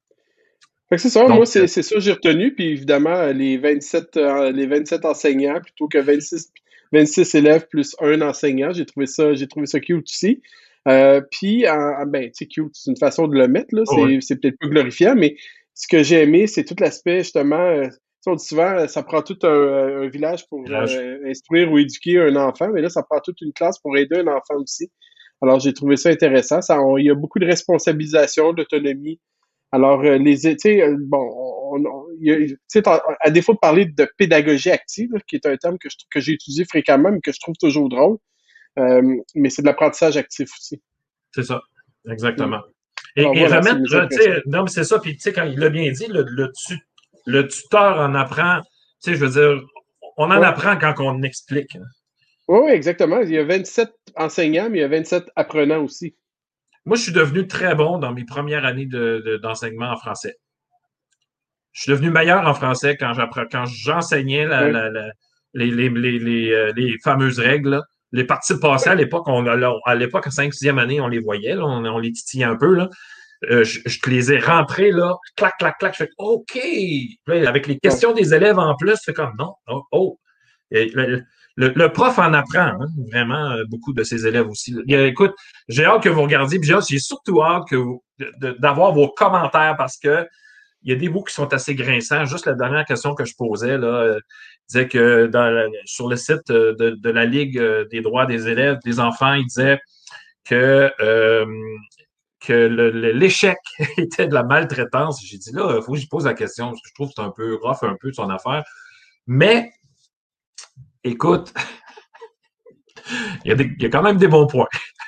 Fait que c'est ça, donc, moi, c'est, c'est ça que j'ai retenu. Puis évidemment, les vingt-sept, euh, les vingt-sept enseignants plutôt que vingt-six, vingt-six élèves plus un enseignant. J'ai trouvé ça, j'ai trouvé ça cute aussi. Euh, puis, en, ben, tu sais, cute, c'est une façon de le mettre, là. Oh, C'est, oui. c'est peut-être pas glorifiant, mais ce que j'ai aimé, c'est tout l'aspect, justement, euh, tu sais, on dit souvent, euh, ça prend tout un, un village pour Village. euh, instruire ou éduquer un enfant, mais là, ça prend toute une classe pour aider un enfant aussi. Alors, j'ai trouvé ça intéressant. Ça, on- il y a beaucoup de responsabilisation, d'autonomie. Alors, euh, les, tu sais, euh, bon, on, on- il y a- tu sais, à, à défaut de parler de pédagogie active, là, qui est un terme que je, que j'ai utilisé fréquemment, mais que je trouve toujours drôle, euh, mais c'est de l'apprentissage actif aussi. C'est ça. Mm. Exactement. Alors Et, et voilà, c'est remettre, mes re- tu sais, impressions. non, mais c'est ça, puis tu sais, quand il l'a bien dit, le, le, tu- le tuteur en apprend, tu sais, je veux dire, on en Ouais. apprend quand on explique. Hein. Oui, oui, exactement. Il y a vingt-sept enseignants, mais il y a vingt-sept apprenants aussi. Moi, je suis devenu très bon dans mes premières années de, de- d'enseignement en français. Je suis devenu meilleur en français quand j'appre- quand j'enseignais la, Ouais. la, la- les, les, les, les, euh, les fameuses règles. Là. Les parties passées à l'époque, on, là, à l'époque, en cinq sixième année, on les voyait, là, on, on les titillait un peu. Là. Euh, je, je te les ai rentrés, là, clac, clac, clac. Je fais OK. Puis là, avec les Ouais. questions des élèves en plus, c'est comme non, oh, oh. Et le, le, le prof en apprend, hein, vraiment, euh, beaucoup de ses élèves aussi. Il y a- écoute, j'ai hâte que vous regardiez, puis j'ai hâte- j'ai surtout hâte que vous, de- de- d'avoir vos commentaires parce que il y a des bouts qui sont assez grinçants. Juste la dernière question que je posais, là, euh, disait que dans la- sur le site euh, de, de la Ligue euh, des droits des élèves, des enfants, il disait que, euh, que le- le- l'échec était de la maltraitance. J'ai dit là, il faut que je pose la question parce que je trouve que c'est un peu rough, un peu de son affaire. Mais, écoute, il y a, des- il y a quand même des bons points.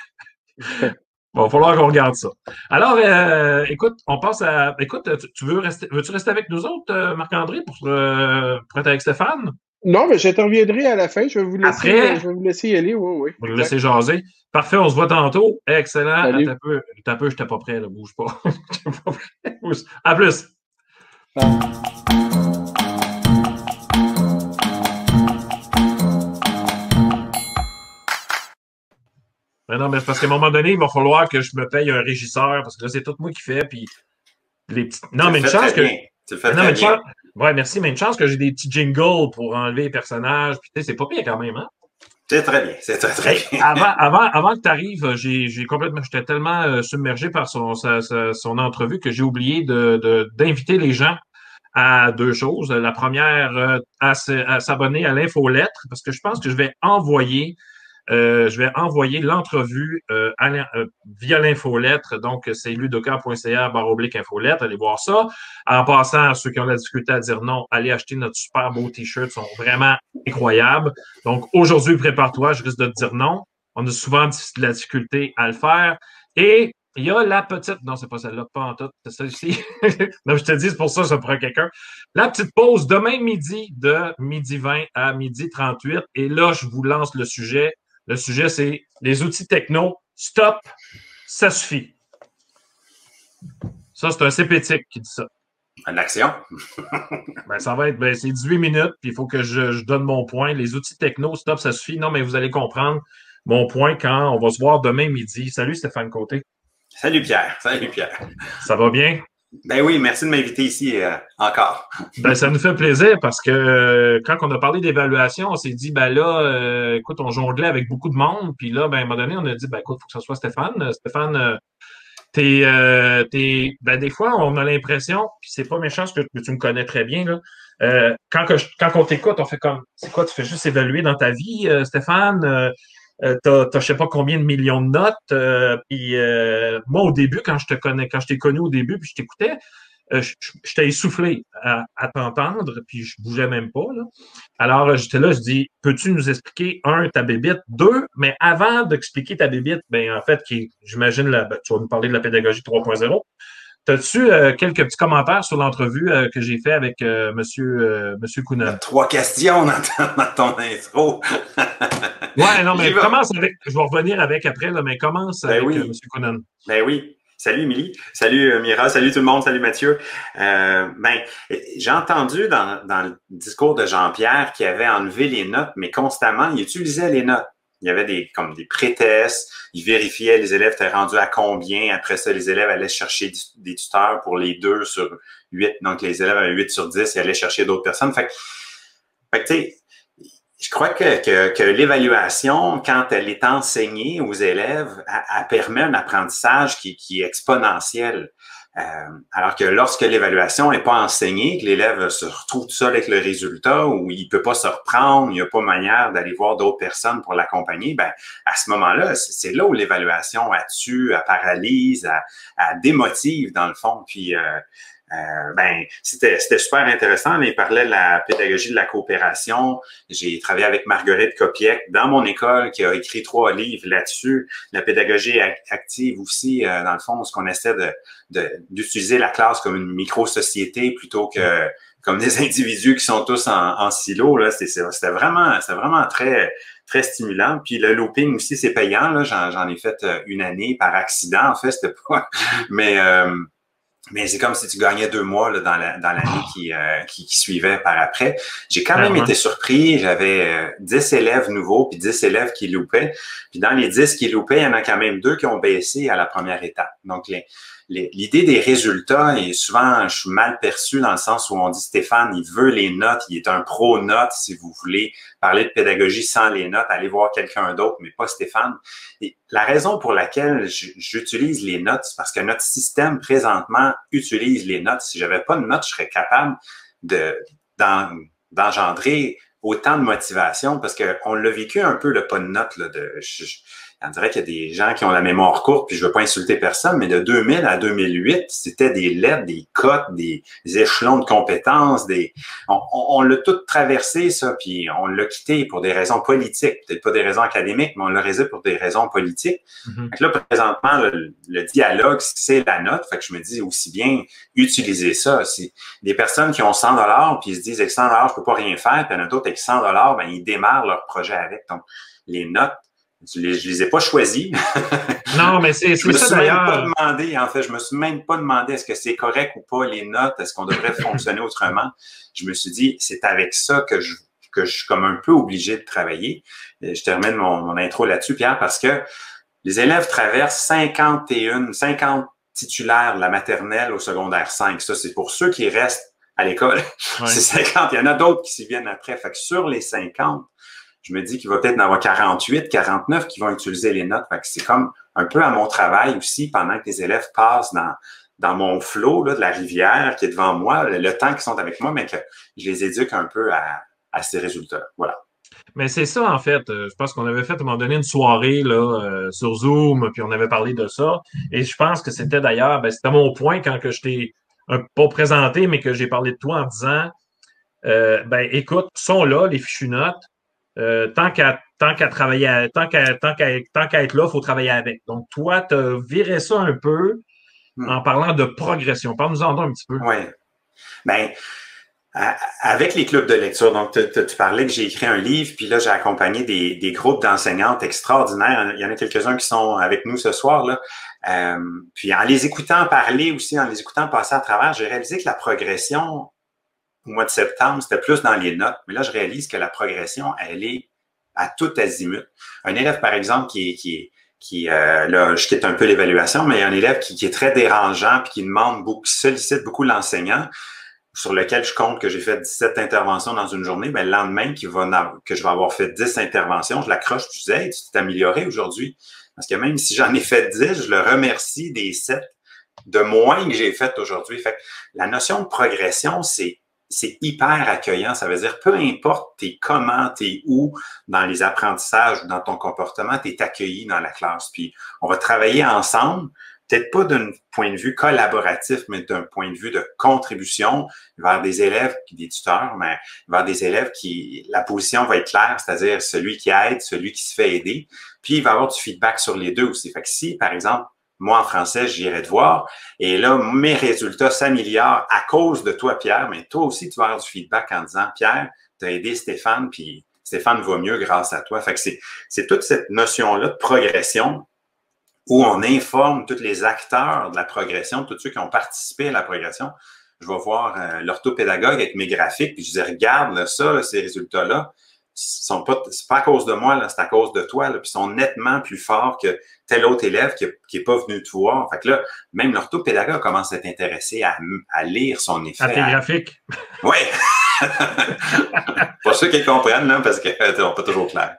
Bon, il va falloir qu'on regarde ça. Alors, euh, écoute, on passe à. Écoute, tu, tu veux rester, veux-tu rester avec nous autres, euh, Marc-André, pour, euh, pour être avec Stéphane? Non, mais j'interviendrai à la fin. Je vais vous laisser, euh, Après, je vais vous laisser y aller. Oui, oui, on va le exact. laisser jaser. Parfait, on se voit tantôt. Excellent. Attends Salut. un peu. Attends un peu, je n'étais pas prêt, là. Bouge pas. J'étais pas prêt. Bouge. À plus. Bye. Mais non, mais c'est parce qu'à un moment donné, il va falloir que je me paye un régisseur, parce que là, c'est tout moi qui fais, puis les petits. Non, Tu mais le une fais chance très que. bien. Tu le fais Mais non, très mais une bien. chance. Ouais, merci, mais une chance que j'ai des petits jingles pour enlever les personnages, puis tu sais, c'est pas pire quand même, hein? C'est très bien. C'est très, très Hey, bien. avant, avant, avant que tu arrives, j'ai, j'ai complètement, j'étais tellement euh, submergé par son, sa, sa- son entrevue que j'ai oublié de, de- d'inviter les gens à deux choses. La première, euh, à, se- à s'abonner à l'infolettre, parce que je pense que je vais envoyer euh, je vais envoyer l'entrevue euh, à l'in- euh, via l'infolettre. Donc, c'est ludoka.ca barre oblique infolettre. Allez voir ça. En passant, à ceux qui ont la difficulté à dire non, allez acheter notre super beau T-shirt. Ils sont vraiment incroyables. Donc, aujourd'hui, prépare-toi. Je risque de te dire non. On a souvent de la difficulté à le faire. Et il y a la petite... Non, c'est pas celle-là, pas en tout. C'est celle-ci. Non, je te dis, c'est pour ça que ça prend quelqu'un. La petite pause demain midi de midi vingt à midi trente-huit. Et là, je vous lance le sujet. Le sujet, c'est les outils techno. Stop, ça suffit. Ça, c'est un sépétique qui dit ça. En action. Ben, ça va être, ben, c'est dix-huit minutes, puis il faut que je, je donne mon point. Les outils techno, stop, ça suffit. Non, mais vous allez comprendre mon point quand on va se voir demain midi. Salut Stéphane Côté. Salut Pierre. Salut Pierre. Ça va bien? Ben oui, merci de m'inviter ici euh, encore. Ben, ça nous fait plaisir parce que euh, quand on a parlé d'évaluation, on s'est dit, ben là, euh, écoute, on jonglait avec beaucoup de monde. Puis là, ben, à un moment donné, on a dit, ben écoute, il faut que ce soit Stéphane. Stéphane, euh, t'es, euh, t'es, ben, des fois, on a l'impression, puis c'est pas méchant, parce que, que tu me connais très bien, là. Euh, quand, que je, quand on t'écoute, on fait comme, c'est quoi, tu fais juste évaluer dans ta vie, euh, Stéphane? Euh, euh, t'as, t'as je sais pas combien de millions de notes. Euh, puis euh, moi, au début, quand je te connais, quand je t'ai connu au début, puis je t'écoutais, euh, je, je t'ai essoufflé à, à t'entendre, puis je bougeais même pas, là. Alors, j'étais là, je dis, peux-tu nous expliquer, un, ta bébite, deux, mais avant d'expliquer ta bébite, ben en fait, qui, j'imagine, la, ben, tu vas nous parler de la pédagogie trois point zéro. T'as-tu euh, quelques petits commentaires sur l'entrevue euh, que j'ai fait avec euh, Monsieur euh, Monsieur Kounen? Trois questions dans ton, dans ton intro. Ouais, non, mais commence avec. Je vais revenir avec après, là, mais commence ben avec oui. euh, Monsieur Kounen. Ben oui. Salut Émilie, salut euh, Mira, salut tout le monde, salut Mathieu. Euh, ben, j'ai entendu dans, dans le discours de Jean-Pierre qu'il avait enlevé les notes, mais constamment, il utilisait les notes. Il y avait des comme des pré-tests, il vérifiait les élèves étaient rendus à combien. Après ça, les élèves allaient chercher des tuteurs pour les deux sur huit. Donc, les élèves avaient huit sur dix, ils allaient chercher d'autres personnes. Fait que, fait que tu sais, Je crois que, que, que l'évaluation, quand elle est enseignée aux élèves, elle, elle permet un apprentissage qui, qui est exponentiel. Euh, alors que lorsque l'évaluation n'est pas enseignée, que l'élève se retrouve tout seul avec le résultat ou il peut pas se reprendre, il n'y a pas manière d'aller voir d'autres personnes pour l'accompagner, ben à ce moment-là, c'est là où l'évaluation a tue, elle paralyse, elle, elle démotive dans le fond. Puis euh, Euh, ben, c'était c'était super intéressant. Il parlait de la pédagogie de la coopération. J'ai travaillé avec Marguerite Kopiec dans mon école qui a écrit trois livres là-dessus. La pédagogie active aussi, euh, dans le fond, ce qu'on essaie de de d'utiliser la classe comme une micro-société plutôt que comme des individus qui sont tous en, en silo. Là, c'était vraiment, c'était vraiment très très stimulant. Puis le looping aussi, c'est payant. Là, j'en j'en ai fait une année par accident. En fait, c'était pas. Mais euh, Mais c'est comme si tu gagnais deux mois là, dans la, dans l'année qui, euh, qui, qui suivait par après. J'ai quand même été surpris. J'avais euh, dix élèves nouveaux puis dix élèves qui loupaient. Puis dans les dix qui loupaient, il y en a quand même deux qui ont baissé à la première étape. Donc, les, les, l'idée des résultats est souvent, je suis mal perçu dans le sens où on dit Stéphane, il veut les notes, il est un pro-notes. Si vous voulez parler de pédagogie sans les notes, allez voir quelqu'un d'autre, mais pas Stéphane. Et la raison pour laquelle j'utilise les notes, c'est parce que notre système présentement utilise les notes. Si j'avais pas de notes, je serais capable de d'engendrer autant de motivation parce qu'on l'a vécu un peu le pas de notes. Là, de, je, je, on dirait qu'il y a des gens qui ont la mémoire courte, puis je veux pas insulter personne, mais de deux mille à deux mille huit, c'était des lettres, des cotes, des, des échelons de compétences, des. On, on, on l'a tout traversé, ça, puis on l'a quitté pour des raisons politiques, peut-être pas des raisons académiques, mais on l'a réalisé pour des raisons politiques. Mm-hmm. Fait que là, présentement, le, le dialogue, c'est la note. Fait que je me dis aussi bien utiliser ça. C'est des personnes qui ont cent dollars, puis ils se disent avec cent dollars, je peux pas rien faire, puis il y en a d'autres avec cent dollars, ben ils démarrent leur projet avec. Donc, les notes, Je les, je les ai pas choisis. Non, mais c'est ça d'ailleurs. Je me suis même pas demandé, en fait, je me suis même pas demandé est-ce que c'est correct ou pas les notes, est-ce qu'on devrait fonctionner autrement. Je me suis dit, c'est avec ça que je, que je suis comme un peu obligé de travailler. Et je termine mon, mon intro là-dessus, Pierre, parce que les élèves traversent cinquante et un, cinquante titulaires de la maternelle au secondaire cinq. Ça, c'est pour ceux qui restent à l'école. Ouais. C'est cinquante. Il y en a d'autres qui s'y viennent après. Fait que sur les cinquante, je me dis qu'il va peut-être en avoir quarante-huit, quarante-neuf qui vont utiliser les notes. Fait que c'est comme un peu à mon travail aussi, pendant que les élèves passent dans, dans mon flot là, de la rivière qui est devant moi, le, le temps qu'ils sont avec moi, mais que je les éduque un peu à, à ces résultats. Voilà. Mais c'est ça, en fait. Je pense qu'on avait fait à un moment donné une soirée là, euh, sur Zoom, puis on avait parlé de ça. Et je pense que c'était d'ailleurs, ben, c'était mon point quand que je t'ai un, pas présenté, mais que j'ai parlé de toi en disant euh, ben écoute, sont là, les fichues notes. Euh, tant qu'à tant qu'à travailler à, tant qu'à tant qu'à tant qu'à être là, il faut travailler avec. Donc toi, tu as viré ça un peu hmm. en parlant de progression. Parle-nous-en un petit peu. Oui. Ben avec les clubs de lecture, donc tu, tu, tu parlais que j'ai écrit un livre, puis là j'ai accompagné des, des groupes d'enseignantes extraordinaires. Il y en a quelques-uns qui sont avec nous ce soir là. Euh, puis en les écoutant parler aussi, en les écoutant passer à travers, j'ai réalisé que la progression au mois de septembre, c'était plus dans les notes. Mais là, je réalise que la progression, elle est à tout azimut. Un élève, par exemple, qui est, qui est, qui, euh, là, je quitte un peu l'évaluation, mais il y a un élève qui, qui est très dérangeant puis qui demande beaucoup, qui sollicite beaucoup l'enseignant, sur lequel je compte que j'ai fait dix-sept interventions dans une journée, ben, le lendemain, qui va, que je vais avoir fait dix interventions, je l'accroche, je dis, hey, tu t'es amélioré aujourd'hui. Parce que même si j'en ai fait dix, je le remercie des sept de moins que j'ai fait aujourd'hui. Fait que la notion de progression, c'est c'est hyper accueillant. Ça veut dire, peu importe t'es comment, t'es où dans les apprentissages ou dans ton comportement, t'es accueilli dans la classe. Puis, on va travailler ensemble, peut-être pas d'un point de vue collaboratif, mais d'un point de vue de contribution vers des élèves, des tuteurs, mais vers des élèves qui, la position va être claire, c'est-à-dire celui qui aide, celui qui se fait aider. Puis, il va y avoir du feedback sur les deux aussi. Fait que si, par exemple, moi, en français, j'irai te voir. Et là, mes résultats s'améliorent à cause de toi, Pierre. Mais toi aussi, tu vas avoir du feedback en disant, Pierre, tu as aidé Stéphane, puis Stéphane va mieux grâce à toi. Fait que c'est, c'est toute cette notion-là de progression où on informe tous les acteurs de la progression, tous ceux qui ont participé à la progression. Je vais voir euh, l'orthopédagogue avec mes graphiques, puis je dis, regarde là, ça, là, ces résultats-là. sont pas, c'est pas à cause de moi, là, c'est à cause de toi, là, puis sont nettement plus forts que tel autre élève qui, qui est pas venu te voir. Fait que là, même l'orthopédagogue commence à être intéressé à, à lire son effet. À tes graphiques. Oui. Pour ceux qui comprennent, là, parce que euh, pas toujours clair.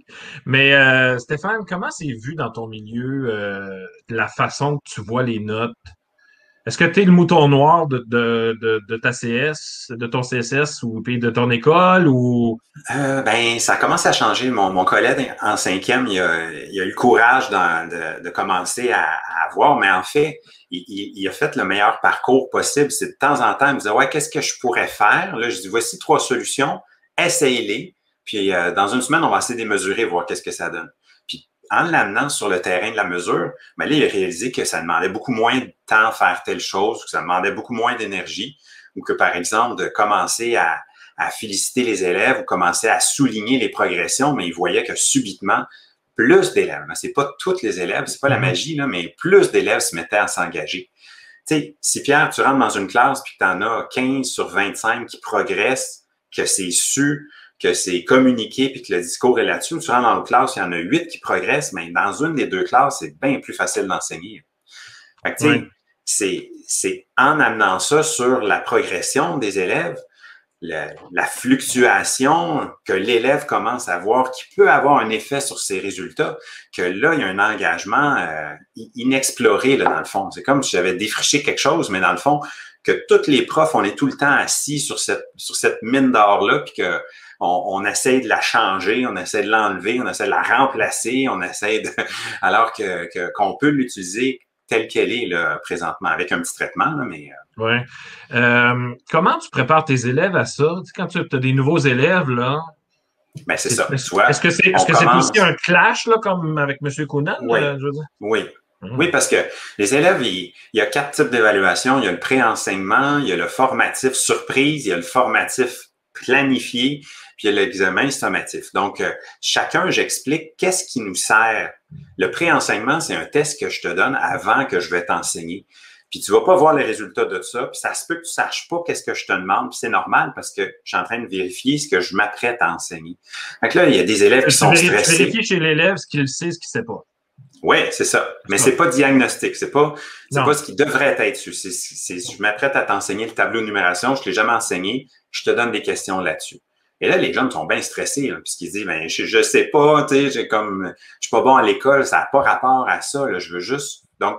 Mais euh, Stéphane, comment c'est vu dans ton milieu euh, la façon que tu vois les notes? Est-ce que tu es le mouton noir de, de, de, de ta C S, de ton C S S ou puis de ton école ou? Euh, ben, ça commence à changer. Mon, mon collègue en cinquième, il a, il a eu le courage de, de, de commencer à, à avoir, mais en fait, il, il, il a fait le meilleur parcours possible. C'est de temps en temps, il me disait, ouais, qu'est-ce que je pourrais faire? Là, je dis, voici trois solutions, essaye-les. Puis, euh, dans une semaine, on va essayer de les mesurer, voir qu'est-ce que ça donne. Puis, en l'amenant sur le terrain de la mesure, ben là, il a réalisé que ça demandait beaucoup moins de temps à faire telle chose, que ça demandait beaucoup moins d'énergie, ou que, par exemple, de commencer à, à féliciter les élèves ou commencer à souligner les progressions, mais il voyait que subitement, plus d'élèves, c'est pas tous les élèves, c'est pas la magie, là, mais plus d'élèves se mettaient à s'engager. Tu sais, si Pierre, tu rentres dans une classe puis que tu en as quinze sur vingt-cinq qui progressent, que c'est su, que c'est communiqué puis que le discours est là-dessus, tu rentres dans une classe, il y en a huit qui progressent, mais dans une des deux classes, c'est bien plus facile d'enseigner. Fait que, tu sais, oui. c'est, c'est en amenant ça sur la progression des élèves, la, la fluctuation que l'élève commence à voir, qui peut avoir un effet sur ses résultats, que là, il y a un engagement euh, inexploré, là, dans le fond. C'est comme si j'avais défriché quelque chose, mais dans le fond, que tous les profs, on est tout le temps assis sur cette, sur cette mine d'or-là, puis que on, on essaie de la changer, on essaie de l'enlever, on essaie de la remplacer, on essaie de, alors que, que, qu'on peut l'utiliser telle qu'elle est là, présentement, avec un petit traitement, là, mais... Euh... Oui. Euh, comment tu prépares tes élèves à ça? Tu sais, quand tu as des nouveaux élèves, là... Ben, c'est, c'est ça. Est-ce, Soit est-ce que c'est, est-ce que commence... c'est aussi un clash, là, comme avec M. Kounan? Oui. Euh, je veux dire? Oui. Mmh. Oui, parce que les élèves, il, il y a quatre types d'évaluation. Il y a le pré-enseignement, il y a le formatif surprise, il y a le formatif planifié, puis il y a l'examen sommatif. Donc, euh, chacun, j'explique qu'est-ce qui nous sert. Le pré-enseignement, c'est un test que je te donne avant que je vais t'enseigner. Puis tu vas pas voir les résultats de ça, puis ça se peut que tu saches pas qu'est-ce que je te demande, puis c'est normal parce que je suis en train de vérifier ce que je m'apprête à enseigner. Donc là, il y a des élèves qui sont vérifies, stressés. Tu vérifies chez l'élève ce qu'il sait, ce qu'il sait pas. Oui, c'est ça. Mais c'est pas diagnostic. C'est pas, c'est non. pas ce qui devrait être su. C'est, c'est, je m'apprête à t'enseigner le tableau de numération. Je l'ai jamais enseigné. Je te donne des questions là-dessus. Et là, les jeunes sont bien stressés, là, puisqu'ils disent, ben, je, je sais pas, tu sais, j'ai comme, je suis pas bon à l'école, ça n'a pas rapport à ça, là, je veux juste. Donc,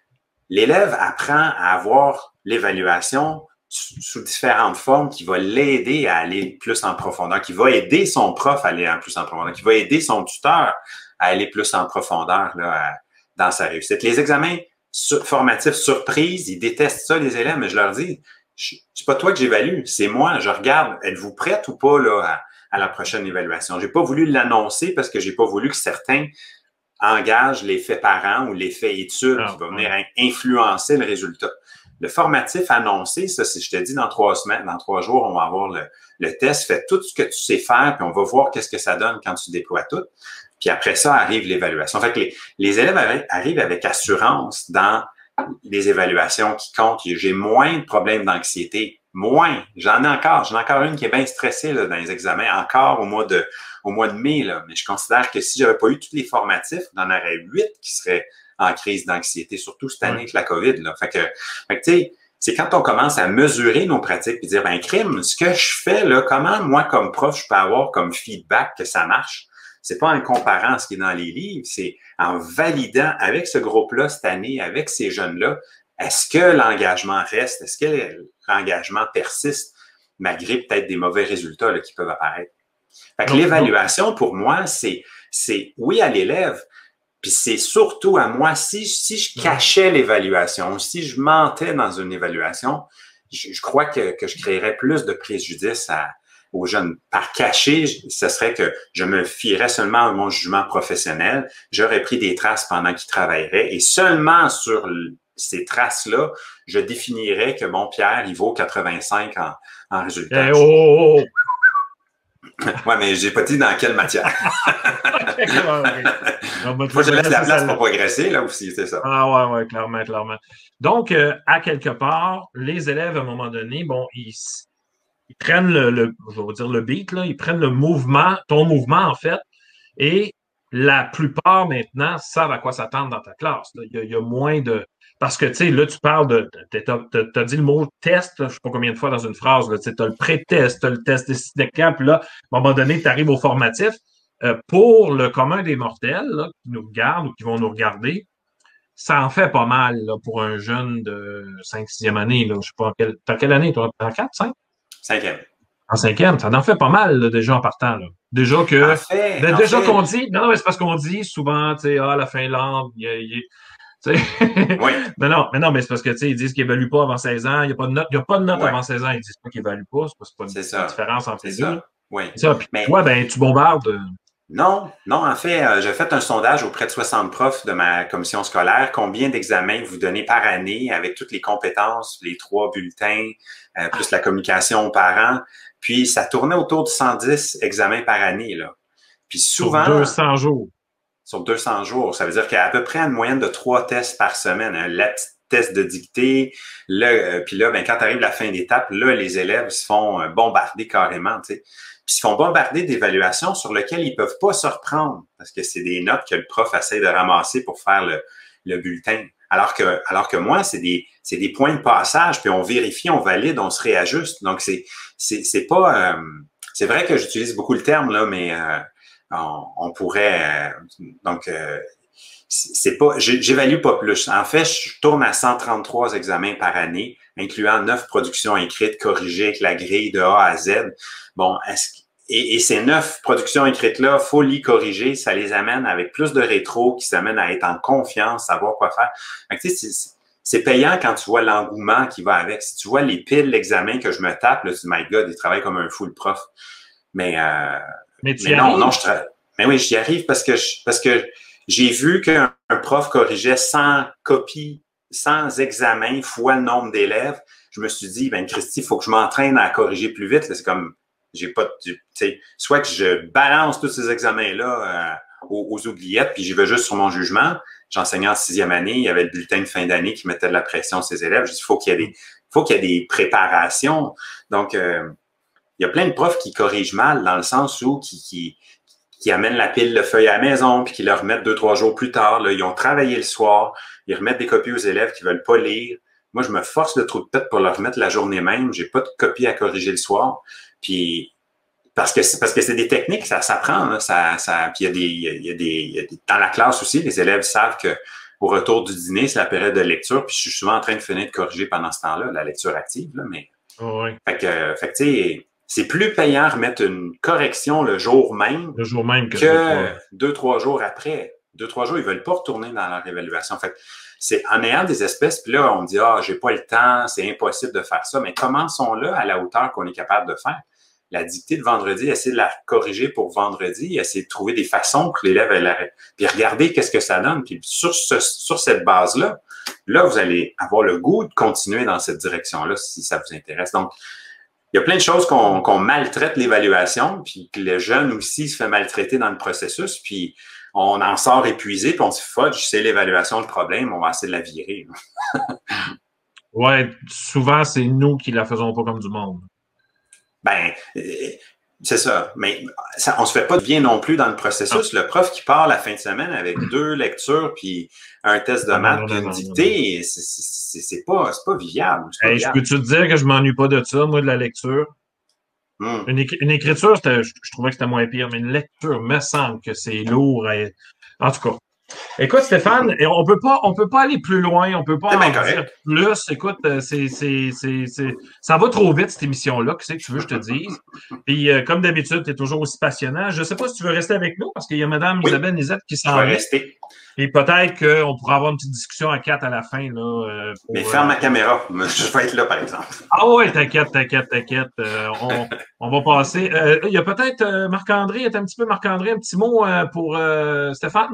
l'élève apprend à avoir l'évaluation sous différentes formes qui va l'aider à aller plus en profondeur, qui va aider son prof à aller en plus en profondeur, qui va aider son tuteur à aller plus en profondeur là, à, dans sa réussite. Les examens sur, formatifs surprises, ils détestent ça, les élèves, mais je leur dis, c'est pas toi que j'évalue, c'est moi. Je regarde, êtes-vous prête ou pas là, à, à la prochaine évaluation? J'ai pas voulu l'annoncer parce que j'ai pas voulu que certains engagent l'effet parent ou l'effet étude ah, qui va venir ouais. influencer le résultat. Le formatif annoncé, ça, si je te dis dans trois semaines, dans trois jours, on va avoir le, le test, fais tout ce que tu sais faire, puis on va voir qu'est-ce que ça donne quand tu déploies tout. Puis après ça, arrive l'évaluation. Fait que les, les élèves arrivent avec assurance dans les évaluations qui comptent. J'ai moins de problèmes d'anxiété. Moins. J'en ai encore. J'en ai encore une qui est bien stressée là, dans les examens, encore au mois de au mois de mai. Là. Mais je considère que si j'avais pas eu tous les formatifs, j'en aurais huit qui seraient en crise d'anxiété, surtout cette année avec la COVID. Là. Fait que, fait que tu sais, c'est quand on commence à mesurer nos pratiques et dire, ben crime, ce que je fais là, comment moi comme prof, je peux avoir comme feedback que ça marche? C'est pas en comparant ce qui est dans les livres, c'est en validant avec ce groupe-là cette année, avec ces jeunes-là, est-ce que l'engagement reste? Est-ce que l'engagement persiste malgré peut-être des mauvais résultats là, qui peuvent apparaître? Fait que non, l'évaluation, non. pour moi, c'est, c'est oui à l'élève, puis c'est surtout à moi. Si, si je cachais l'évaluation, si je mentais dans une évaluation, je, je crois que, que je créerais plus de préjudice à aux jeunes. Par caché, ce serait que je me fierais seulement à mon jugement professionnel. J'aurais pris des traces pendant qu'ils travailleraient et seulement sur ces traces-là, je définirais que bon, Pierre, il vaut quatre-vingt-cinq en, en résultat. Hey, oh, oh, oh. Ouais, mais j'ai pas dit dans quelle matière. okay, okay. Faut que je laisse la place pour progresser, là aussi, c'est ça. Ah ouais, ouais, clairement, clairement. Donc, euh, à quelque part, les élèves, à un moment donné, bon, ils ils prennent le, le, je vais dire le beat, là, ils prennent le mouvement, ton mouvement, en fait, et la plupart, maintenant, savent à quoi s'attendre dans ta classe. Il y, a, il y a moins de... Parce que, tu sais, là, tu parles de... Tu as dit le mot test, là, je ne sais pas combien de fois dans une phrase. Tu as le pré-test, tu as le test des camps, puis là, à un moment donné, tu arrives au formatif. Euh, pour le commun des mortels, là, qui nous regardent ou qui vont nous regarder, ça en fait pas mal là, pour un jeune de cinq sixième année. Là. Je sais pas, en quelle, en quelle année, toi? En quatre, cinq? Cinquième. En cinquième, ça en fait pas mal là, déjà en partant. Là. Déjà que. En fait, de, en déjà fait... qu'on dit. Non, non, mais c'est parce qu'on dit souvent, tu sais, ah, la Finlande, il y a. Il oui. mais non, mais non, mais c'est parce que tu sais, ils disent qu'ils n'évaluent pas avant seize ans. Il n'y a pas de note, il y a pas de note ouais. avant seize ans. Ils disent pas qu'ils n'évaluent pas. C'est pas, c'est pas une, c'est une différence entre les ça. deux. Oui. C'est ça. Puis mais... toi, ben, tu bombardes. Non, non, en fait, euh, j'ai fait un sondage auprès de soixante profs de ma commission scolaire. Combien d'examens vous donnez par année avec toutes les compétences, les trois bulletins, euh, plus la communication aux parents? Puis, ça tournait autour de cent dix examens par année, là. Puis souvent... Sur deux cents jours. Sur deux cents jours. Ça veut dire qu'il y a à peu près une moyenne de trois tests par semaine. Hein. La petite test de dictée, là, euh, puis là, ben, quand arrive la fin d'étape, là, les élèves se font euh, bombarder carrément, tu sais. Puis ils se font bombarder d'évaluations sur lesquelles ils peuvent pas se reprendre parce que c'est des notes que le prof essaie de ramasser pour faire le, le bulletin. Alors que, alors que moi, c'est des, c'est des points de passage, puis on vérifie, on valide, on se réajuste. Donc, c'est, c'est, c'est pas, euh, c'est vrai que j'utilise beaucoup le terme, là, mais euh, on, on pourrait, euh, donc, euh, c'est pas, j'évalue pas plus. En fait, je tourne à cent trente-trois examens par année, incluant neuf productions écrites, corrigées avec la grille de A à Z. Bon, est-ce, et, et ces neuf productions écrites-là, faut les corriger, ça les amène avec plus de rétro, qui s'amène à être en confiance, savoir quoi faire. Donc, tu sais, c'est, c'est payant quand tu vois l'engouement qui va avec. Si tu vois les piles d'examens que je me tape, là, tu dis, my God, il travaille comme un fou, le prof. Mais, euh, mais, tu mais non, non, je travaille. Mais oui, j'y arrive parce que, je, parce que, j'ai vu qu'un prof corrigeait cent copies, cent examens fois le nombre d'élèves. Je me suis dit, ben Christy, il faut que je m'entraîne à corriger plus vite. Là, c'est comme, j'ai pas, tu sais, soit que je balance tous ces examens-là euh, aux, aux oubliettes, puis j'y vais juste sur mon jugement. J'enseignais en sixième année, il y avait le bulletin de fin d'année qui mettait de la pression sur ses élèves. Je dis, il faut qu'il y ait des, faut qu'il y ait des préparations. Donc, euh, il y a plein de profs qui corrigent mal dans le sens où qui, qui qui amènent la pile de feuilles à la maison, puis qui leur remettent deux, trois jours plus tard. Là, ils ont travaillé le soir, ils remettent des copies aux élèves qui veulent pas lire. Moi, je me force le trou de tête pour leur remettre la journée même. J'ai pas de copies à corriger le soir. Puis parce que c'est parce que c'est des techniques, ça s'apprend. Là, ça, ça, puis il y a des, il y a des, il y a des, dans la classe aussi, les élèves savent que au retour du dîner, c'est la période de lecture. Puis je suis souvent en train de finir de corriger pendant ce temps-là, la lecture active. Là, mais oh oui. fait que, fait que tu sais. C'est plus payant remettre une correction le jour même, le jour même que, que deux, trois jours après. Deux, trois jours, ils veulent pas retourner dans leur évaluation. Fait que c'est en ayant des espèces, puis là, on dit, ah, j'ai pas le temps, c'est impossible de faire ça. Mais commençons-là à la hauteur qu'on est capable de faire. La dictée de vendredi, essayer de la corriger pour vendredi, essayer de trouver des façons que l'élève ait la... Puis regardez qu'est-ce que ça donne. Puis sur, ce, sur cette base-là, là, vous allez avoir le goût de continuer dans cette direction-là si ça vous intéresse. Donc, il y a plein de choses qu'on qu'on maltraite l'évaluation, puis que le jeune aussi se fait maltraiter dans le processus, puis on en sort épuisé, puis on se dit, fudge, c'est l'évaluation le problème, on va essayer de la virer. Ouais, souvent, c'est nous qui la faisons pas comme du monde. Ben, c'est ça. Mais ça, on se fait pas de bien non plus dans le processus. Ah. Le prof qui part la fin de semaine avec deux lectures, puis un test de maths, puis une dictée, c'est pas, pas viable. Pas hey, viable. Je peux-tu te dire que je m'ennuie pas de ça, moi, de la lecture? Hmm. Une, éc une écriture, je, je trouvais que c'était moins pire, mais une lecture, me semble que c'est lourd. À... En tout cas. Écoute, Stéphane, on peut pas, on peut pas aller plus loin, on peut pas en dire plus. Écoute, c'est, c'est, c'est, c'est, ça va trop vite, cette émission-là. Qu'est-ce que tu veux que je te dise? Puis, euh, comme d'habitude, tu es toujours aussi passionnant. Je sais pas si tu veux rester avec nous, parce qu'il y a Mme oui. Isabelle Nisette qui s'en va. rester. Et peut-être qu'on pourra avoir une petite discussion à quatre à la fin. Là, euh, pour, Mais ferme euh... ma caméra. Je vais être là, par exemple. Ah ouais, t'inquiète, t'inquiète, t'inquiète. Euh, on, on va passer. Euh, il y a peut-être euh, Marc-André, est un petit peu Marc-André, un petit mot euh, pour euh, Stéphane?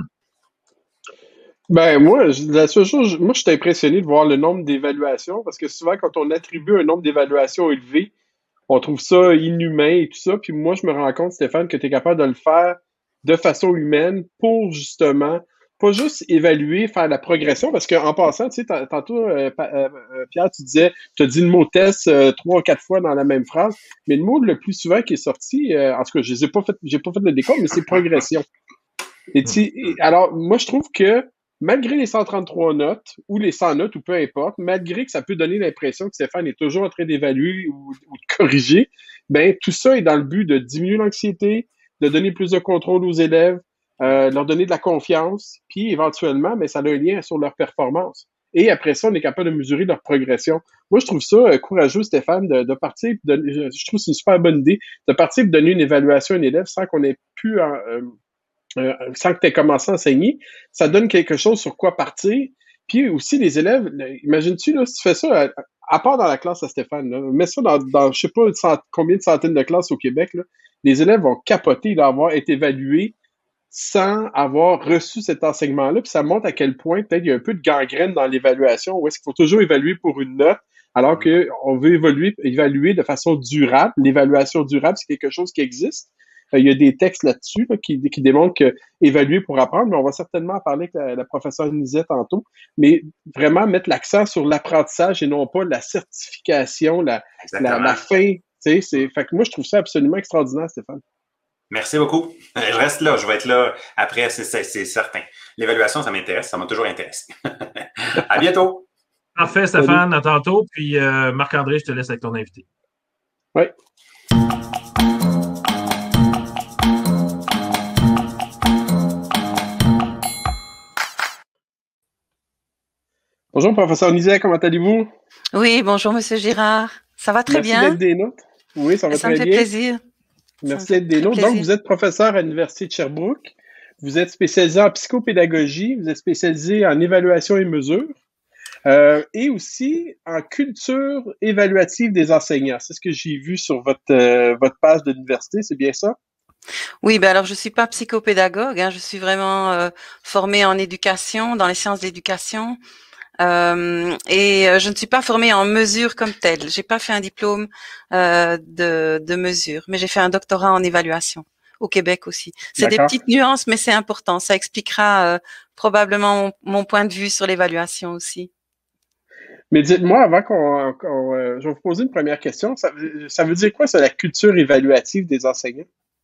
Ben, moi, la seule chose, moi, je suis impressionné de voir le nombre d'évaluations parce que souvent, quand on attribue un nombre d'évaluations élevé, on trouve ça inhumain et tout ça. Puis moi, je me rends compte, Stéphane, que tu es capable de le faire de façon humaine pour justement pas juste évaluer, faire la progression, parce qu'en passant, tu sais, tantôt, euh, euh, Pierre, tu disais, tu as dit le mot test euh, trois ou quatre fois dans la même phrase, mais le mot le plus souvent qui est sorti, euh, en tout cas, je n'ai pas fait, j'ai pas fait le décompte, mais c'est progression. Et tu, alors, moi, je trouve que malgré les cent trente-trois notes, ou les cent notes, ou peu importe, malgré que ça peut donner l'impression que Stéphane est toujours en train d'évaluer ou, ou de corriger, ben, tout ça est dans le but de diminuer l'anxiété, de donner plus de contrôle aux élèves, euh, leur donner de la confiance, puis éventuellement, mais ça a un lien sur leur performance. Et après ça, on est capable de mesurer leur progression. Moi, je trouve ça euh, courageux, Stéphane, de, de partir, de, je, je trouve que c'est une super bonne idée, de partir et de donner une évaluation à un élève sans qu'on ait pu, en, euh, euh, sans que tu aies commencé à enseigner. Ça donne quelque chose sur quoi partir. Puis aussi, les élèves, imagines-tu, là, si tu fais ça, à, à part dans la classe à Stéphane, là, mets ça dans, dans je sais pas cent, combien de centaines de classes au Québec, là, les élèves vont capoter d'avoir été évalués sans avoir reçu cet enseignement-là, puis ça montre à quel point peut-être il y a un peu de gangrène dans l'évaluation, où est-ce qu'il faut toujours évaluer pour une note, alors qu'on veut évoluer, évaluer de façon durable. L'évaluation durable, c'est quelque chose qui existe. Euh, il y a des textes là-dessus là, qui, qui démontrent que évaluer pour apprendre, mais on va certainement en parler avec la, la professeure Nizet tantôt, mais vraiment mettre l'accent sur l'apprentissage et non pas la certification, la, la, la fin. Tu sais, c'est, fait que moi, je trouve ça absolument extraordinaire, Stéphane. Merci beaucoup. Je reste là, je vais être là après, c'est, c'est, c'est certain. L'évaluation, ça m'intéresse, ça m'a toujours intéressé. À bientôt. Parfait, Stéphane, à tantôt. Puis euh, Marc-André, je te laisse avec ton invité. Oui. Bonjour, professeur Nizet, comment allez-vous? Oui, bonjour, monsieur Girard. Ça va très Merci bien. Merci d'être des nôtres. Oui, ça va ça très bien. Ça me fait plaisir. Merci d'être des nôtres. Donc, vous êtes professeur à l'Université de Sherbrooke. Vous êtes spécialisé en psychopédagogie. Vous êtes spécialisé en évaluation et mesure. Euh, et aussi en culture évaluative des enseignants. C'est ce que j'ai vu sur votre, euh, votre page de l'université, c'est bien ça? Oui, ben alors je suis pas psychopédagogue, hein, je suis vraiment euh, formée en éducation, dans les sciences de l'éducation. Euh, et euh, je ne suis pas formée en mesure comme telle. J'ai pas fait un diplôme euh, de, de mesure, mais j'ai fait un doctorat en évaluation au Québec aussi. C'est des petites nuances, mais c'est important. Ça expliquera euh, probablement mon, mon point de vue sur l'évaluation aussi. Mais dites-moi, avant qu'on, qu'on euh, je vais vous poser une première question. Ça, ça veut dire quoi, ça, la culture évaluative des enseignants?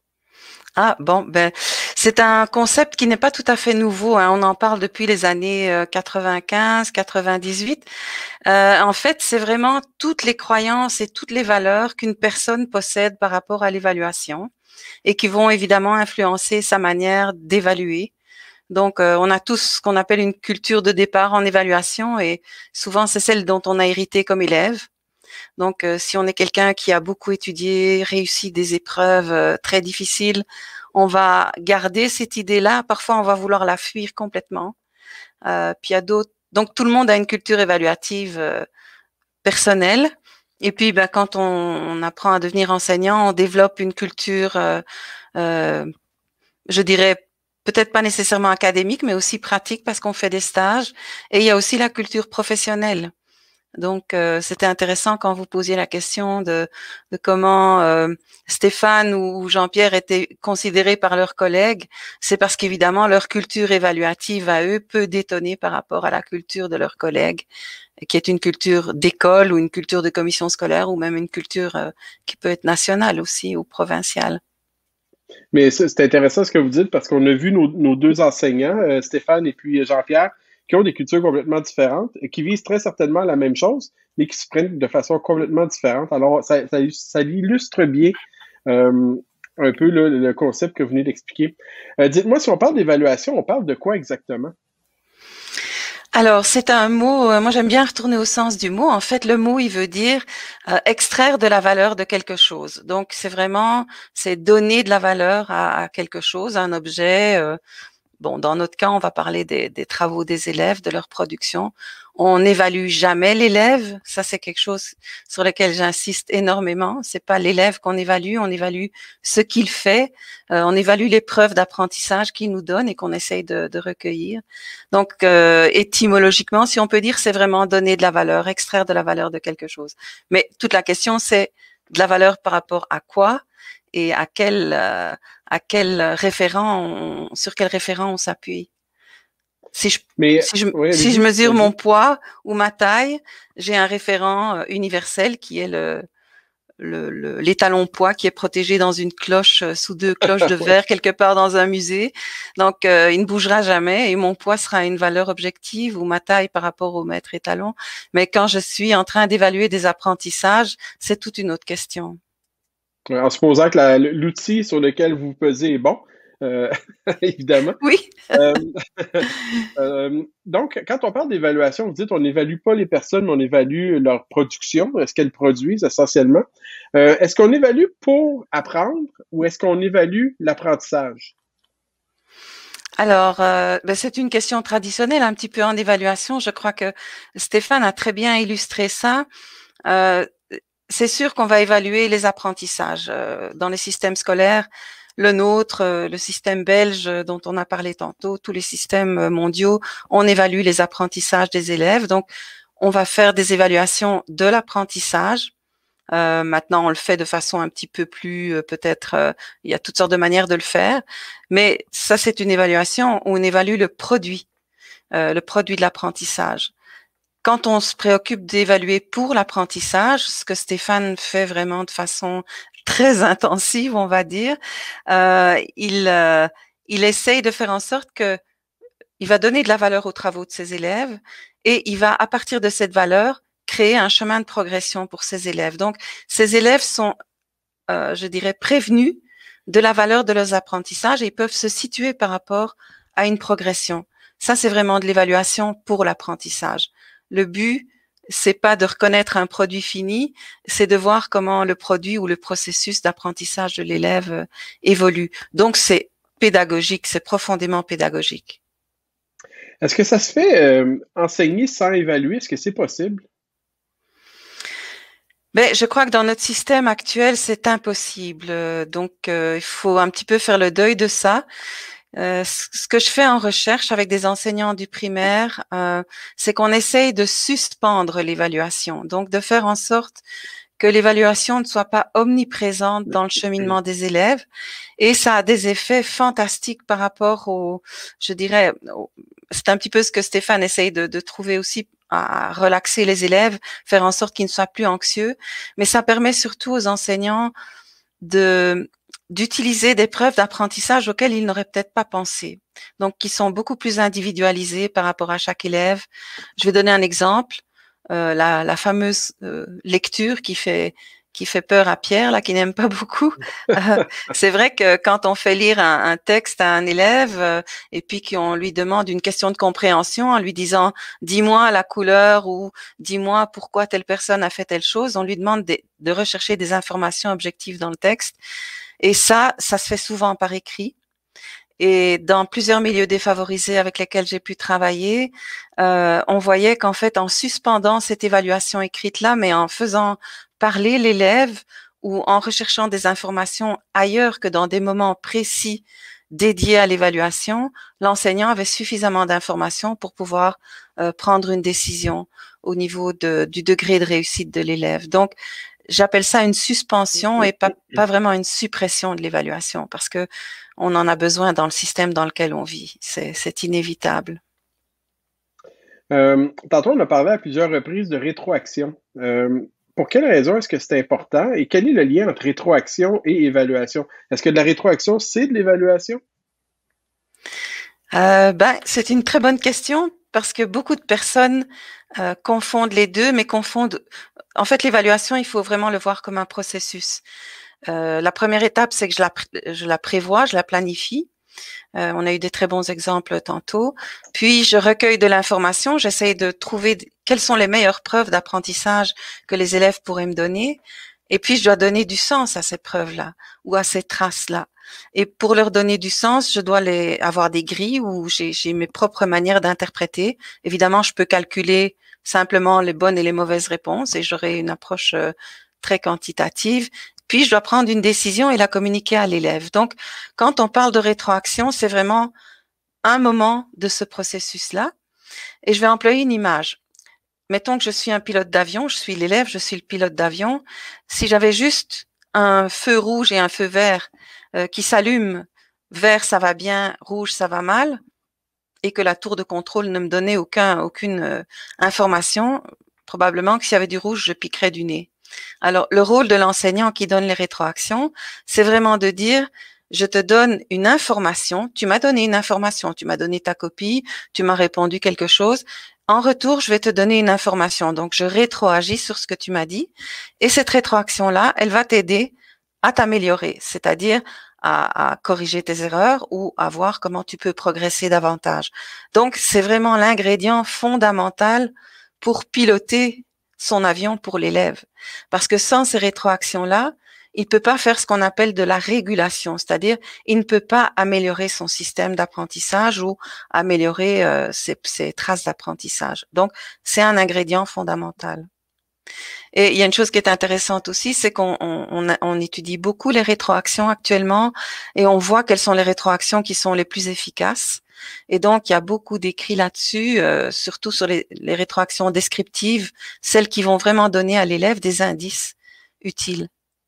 Ah bon, ben c'est un concept qui n'est pas tout à fait nouveau. Hein. On en parle depuis les années euh, quatre-vingt-quinze, quatre-vingt-dix-huit. Euh, en fait, c'est vraiment toutes les croyances et toutes les valeurs qu'une personne possède par rapport à l'évaluation et qui vont évidemment influencer sa manière d'évaluer. Donc, euh, on a tous ce qu'on appelle une culture de départ en évaluation et souvent c'est celle dont on a hérité comme élève. Donc, euh, si on est quelqu'un qui a beaucoup étudié, réussi des épreuves euh, très difficiles, on va garder cette idée-là. Parfois, on va vouloir la fuir complètement. Euh, puis il y a d'autres. Donc, tout le monde a une culture évaluative euh, personnelle. Et puis, ben, quand on, on apprend à devenir enseignant, on développe une culture, euh, euh, je dirais, peut-être pas nécessairement académique, mais aussi pratique parce qu'on fait des stages. Et il y a aussi la culture professionnelle. Donc, euh, c'était intéressant quand vous posiez la question de, de comment euh, Stéphane ou Jean-Pierre étaient considérés par leurs collègues. C'est parce qu'évidemment, leur culture évaluative à eux peut détonner par rapport à la culture de leurs collègues, qui est une culture d'école ou une culture de commission scolaire ou même une culture euh, qui peut être nationale aussi ou provinciale. Mais c'est intéressant ce que vous dites parce qu'on a vu nos, nos deux enseignants, euh, Stéphane et puis Jean-Pierre, qui ont des cultures complètement différentes et qui visent très certainement la même chose, mais qui se prennent de façon complètement différente. Alors, ça, ça, ça illustre bien euh, un peu là, le concept que vous venez d'expliquer. Euh, dites-moi, si on parle d'évaluation, on parle de quoi exactement? Alors, c'est un mot, euh, moi j'aime bien retourner au sens du mot. En fait, le mot, il veut dire euh, extraire de la valeur de quelque chose. Donc, c'est vraiment, c'est donner de la valeur à, à quelque chose, à un objet. Euh, bon, dans notre cas, on va parler des, des travaux des élèves, de leur production. On n'évalue jamais l'élève. Ça, c'est quelque chose sur lequel j'insiste énormément. C'est pas l'élève qu'on évalue, on évalue ce qu'il fait. Euh, on évalue les preuves d'apprentissage qu'il nous donne et qu'on essaye de, de recueillir. Donc, euh, étymologiquement, si on peut dire, c'est vraiment donner de la valeur, extraire de la valeur de quelque chose. Mais toute la question, c'est de la valeur par rapport à quoi et à quel, euh, à quel référent, on, sur quel référent on s'appuie. Si je, Mais, si je, ouais, si je mesure vas-y. mon poids ou ma taille, j'ai un référent euh, universel qui est le, le, le- l'étalon poids qui est protégé dans une cloche, euh, sous deux cloches de Ouais. verre quelque part dans un musée. Donc, euh, il ne bougera jamais et mon poids sera une valeur objective ou ma taille par rapport au mètre étalon. Mais quand je suis en train d'évaluer des apprentissages, c'est toute une autre question. En supposant que la- l'outil sur lequel vous pesez est bon, euh, évidemment. Oui. Euh, euh, donc, quand on parle d'évaluation, vous dites on n'évalue pas les personnes, mais on évalue leur production, ce qu'elles produisent essentiellement. Euh, est-ce qu'on évalue pour apprendre ou est-ce qu'on évalue l'apprentissage? Alors, euh, ben, c'est une question traditionnelle un petit peu en évaluation. Je crois que Stéphane a très bien illustré ça. Euh, c'est sûr qu'on va évaluer les apprentissages euh, dans les systèmes scolaires, le nôtre, euh, le système belge euh, dont on a parlé tantôt, tous les systèmes euh, mondiaux, on évalue les apprentissages des élèves. Donc, on va faire des évaluations de l'apprentissage. Euh, maintenant, on le fait de façon un petit peu plus, euh, peut-être, euh, il y a toutes sortes de manières de le faire, mais ça, c'est une évaluation où on évalue le produit, euh, le produit de l'apprentissage. Quand on se préoccupe d'évaluer pour l'apprentissage, ce que Stéphane fait vraiment de façon très intensive, on va dire, euh, il, euh, il essaye de faire en sorte que il va donner de la valeur aux travaux de ses élèves et il va, à partir de cette valeur, créer un chemin de progression pour ses élèves. Donc, ses élèves sont, euh, je dirais, prévenus de la valeur de leurs apprentissages et ils peuvent se situer par rapport à une progression. Ça, c'est vraiment de l'évaluation pour l'apprentissage. Le but, c'est pas de reconnaître un produit fini, c'est de voir comment le produit ou le processus d'apprentissage de l'élève euh, évolue. Donc, c'est pédagogique, c'est profondément pédagogique. Est-ce que ça se fait euh, enseigner sans évaluer? Est-ce que c'est possible? Ben, je crois que dans notre système actuel, c'est impossible. Euh, Donc, euh, il faut un petit peu faire le deuil de ça. Euh, ce ce que je fais en recherche avec des enseignants du primaire, euh, c'est qu'on essaye de suspendre l'évaluation, donc de faire en sorte que l'évaluation ne soit pas omniprésente dans le cheminement des élèves. Et ça a des effets fantastiques par rapport au, je dirais, au- c'est un petit peu ce que Stéphane essaye de, de trouver aussi, à relaxer les élèves, faire en sorte qu'ils ne soient plus anxieux. Mais ça permet surtout aux enseignants de d'utiliser des preuves d'apprentissage auxquelles ils n'auraient peut-être pas pensé. Donc, qui sont beaucoup plus individualisées par rapport à chaque élève. Je vais donner un exemple. Euh, la, la fameuse euh, lecture qui fait qui fait peur à Pierre, là, qui n'aime pas beaucoup. Euh, c'est vrai que quand on fait lire un, un texte à un élève euh, et puis qu'on lui demande une question de compréhension en lui disant « dis-moi la couleur » ou « dis-moi pourquoi telle personne a fait telle chose », on lui demande de, de rechercher des informations objectives dans le texte. Et ça, ça se fait souvent par écrit. Et dans plusieurs milieux défavorisés avec lesquels j'ai pu travailler, euh, on voyait qu'en fait, en suspendant cette évaluation écrite-là, mais en faisant parler l'élève ou en recherchant des informations ailleurs que dans des moments précis dédiés à l'évaluation, l'enseignant avait suffisamment d'informations pour pouvoir euh, prendre une décision au niveau de, du degré de réussite de l'élève. Donc, j'appelle ça une suspension et pas, pas vraiment une suppression de l'évaluation parce que on en a besoin dans le système dans lequel on vit. C'est, c'est inévitable. Euh, tantôt, on a parlé à plusieurs reprises de rétroaction. Euh, pour quelle raison est-ce que c'est important et quel est le lien entre rétroaction et évaluation? Est-ce que de la rétroaction, c'est de l'évaluation? Euh, ben, c'est une très bonne question parce que beaucoup de personnes euh, confondent les deux, mais confondent. En fait, l'évaluation, il faut vraiment le voir comme un processus. Euh, la première étape, c'est que je la, je la prévois, je la planifie. Euh, on a eu des très bons exemples tantôt. Puis, je recueille de l'information, j'essaye de trouver quelles sont les meilleures preuves d'apprentissage que les élèves pourraient me donner. Et puis, je dois donner du sens à ces preuves-là ou à ces traces-là. Et pour leur donner du sens, je dois les avoir des grilles où j'ai, j'ai mes propres manières d'interpréter. Évidemment, je peux calculer simplement les bonnes et les mauvaises réponses et j'aurai une approche euh, très quantitative. Puis, je dois prendre une décision et la communiquer à l'élève. Donc, quand on parle de rétroaction, c'est vraiment un moment de ce processus-là. Et je vais employer une image. Mettons que je suis un pilote d'avion, je suis l'élève, je suis le pilote d'avion. Si j'avais juste un feu rouge et un feu vert euh, qui s'allument, vert ça va bien, rouge ça va mal, et que la tour de contrôle ne me donnait aucun, aucune euh, information, probablement que s'il y avait du rouge, je piquerais du nez. Alors, le rôle de l'enseignant qui donne les rétroactions, c'est vraiment de dire, je te donne une information, tu m'as donné une information, tu m'as donné ta copie, tu m'as répondu quelque chose. En retour, je vais te donner une information. Donc, je rétroagis sur ce que tu m'as dit. Et cette rétroaction-là, elle va t'aider à t'améliorer, c'est-à-dire à, à corriger tes erreurs ou à voir comment tu peux progresser davantage. Donc, c'est vraiment l'ingrédient fondamental pour piloter son avion pour l'élève. Parce que sans ces rétroactions-là, il ne peut pas faire ce qu'on appelle de la régulation, c'est-à-dire il ne peut pas améliorer son système d'apprentissage ou améliorer euh, ses, ses traces d'apprentissage. Donc, c'est un ingrédient fondamental. Et il y a une chose qui est intéressante aussi, c'est qu'on on, on, on étudie beaucoup les rétroactions actuellement et on voit quelles sont les rétroactions qui sont les plus efficaces. Et donc, il y a beaucoup d'écrits là-dessus, euh, surtout sur les, les rétroactions descriptives, celles qui vont vraiment donner à l'élève des indices utiles.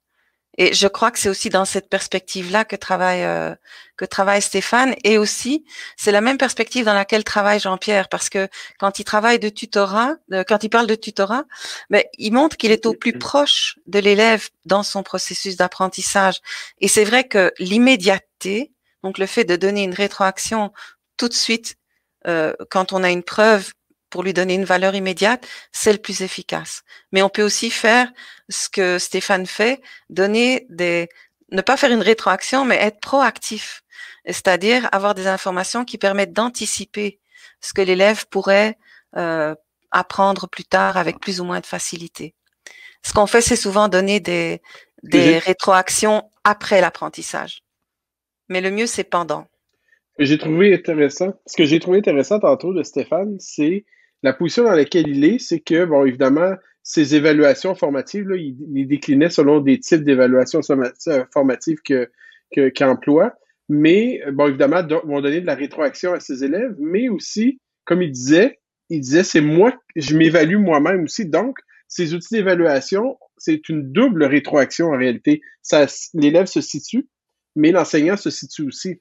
Et je crois que c'est aussi dans cette perspective-là que travaille euh, que travaille Stéphane. Et aussi, c'est la même perspective dans laquelle travaille Jean-Pierre, parce que quand il travaille de tutorat, de, quand il parle de tutorat, ben, il montre qu'il est au plus proche de l'élève dans son processus d'apprentissage. Et c'est vrai que l'immédiateté, donc le fait de donner une rétroaction tout de suite euh, quand on a une preuve pour lui donner une valeur immédiate, c'est le plus efficace. Mais on peut aussi faire ce que Stéphane fait, donner des, ne pas faire une rétroaction, mais être proactif. C'est-à-dire avoir des informations qui permettent d'anticiper ce que l'élève pourrait euh, apprendre plus tard avec plus ou moins de facilité. Ce qu'on fait, c'est souvent donner des, des rétroactions après l'apprentissage. Mais le mieux, c'est pendant. Ce que j'ai trouvé intéressant, ce que j'ai trouvé intéressant tantôt de Stéphane, c'est la position dans laquelle il est, c'est que, bon, évidemment, ces évaluations formatives, là, il, il déclinait selon des types d'évaluations formatives que, que, qu'il emploie, mais, bon, évidemment, do, vont donner de la rétroaction à ses élèves, mais aussi, comme il disait, il disait, c'est moi, je m'évalue moi-même aussi, donc, ces outils d'évaluation, c'est une double rétroaction en réalité. Ça, l'élève se situe, mais l'enseignant se situe aussi.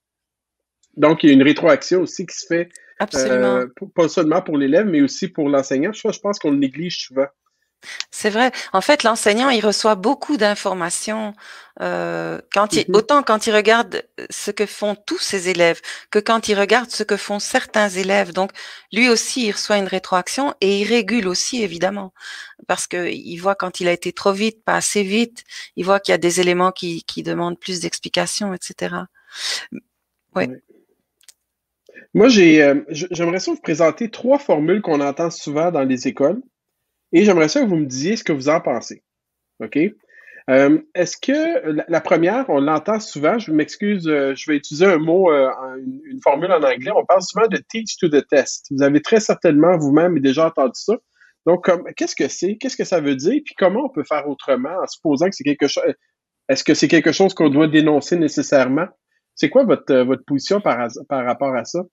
Donc, il y a une rétroaction aussi qui se fait, euh, pas seulement pour l'élève, mais aussi pour l'enseignant. Je, je pense qu'on le néglige souvent. C'est vrai. En fait, l'enseignant, il reçoit beaucoup d'informations, euh, quand il, mm-hmm. autant quand il regarde ce que font tous ses élèves que quand il regarde ce que font certains élèves. Donc, lui aussi, il reçoit une rétroaction et il régule aussi, évidemment, parce que il voit quand il a été trop vite, pas assez vite. Il voit qu'il y a des éléments qui, qui demandent plus d'explications, et cetera. Ouais. Oui. Moi, j'ai, euh, j'aimerais ça vous présenter trois formules qu'on entend souvent dans les écoles et j'aimerais ça que vous me disiez ce que vous en pensez. OK? Euh, est-ce que la, la première, on l'entend souvent, je m'excuse, euh, je vais utiliser un mot, euh, une, une formule en anglais, on parle souvent de teach to the test. Vous avez très certainement vous-même déjà entendu ça. Donc, comme, qu'est-ce que c'est? Qu'est-ce que ça veut dire? Puis comment on peut faire autrement en supposant que c'est quelque chose. Est-ce que c'est quelque chose qu'on doit dénoncer nécessairement? C'est quoi votre, votre position par, par rapport à ça?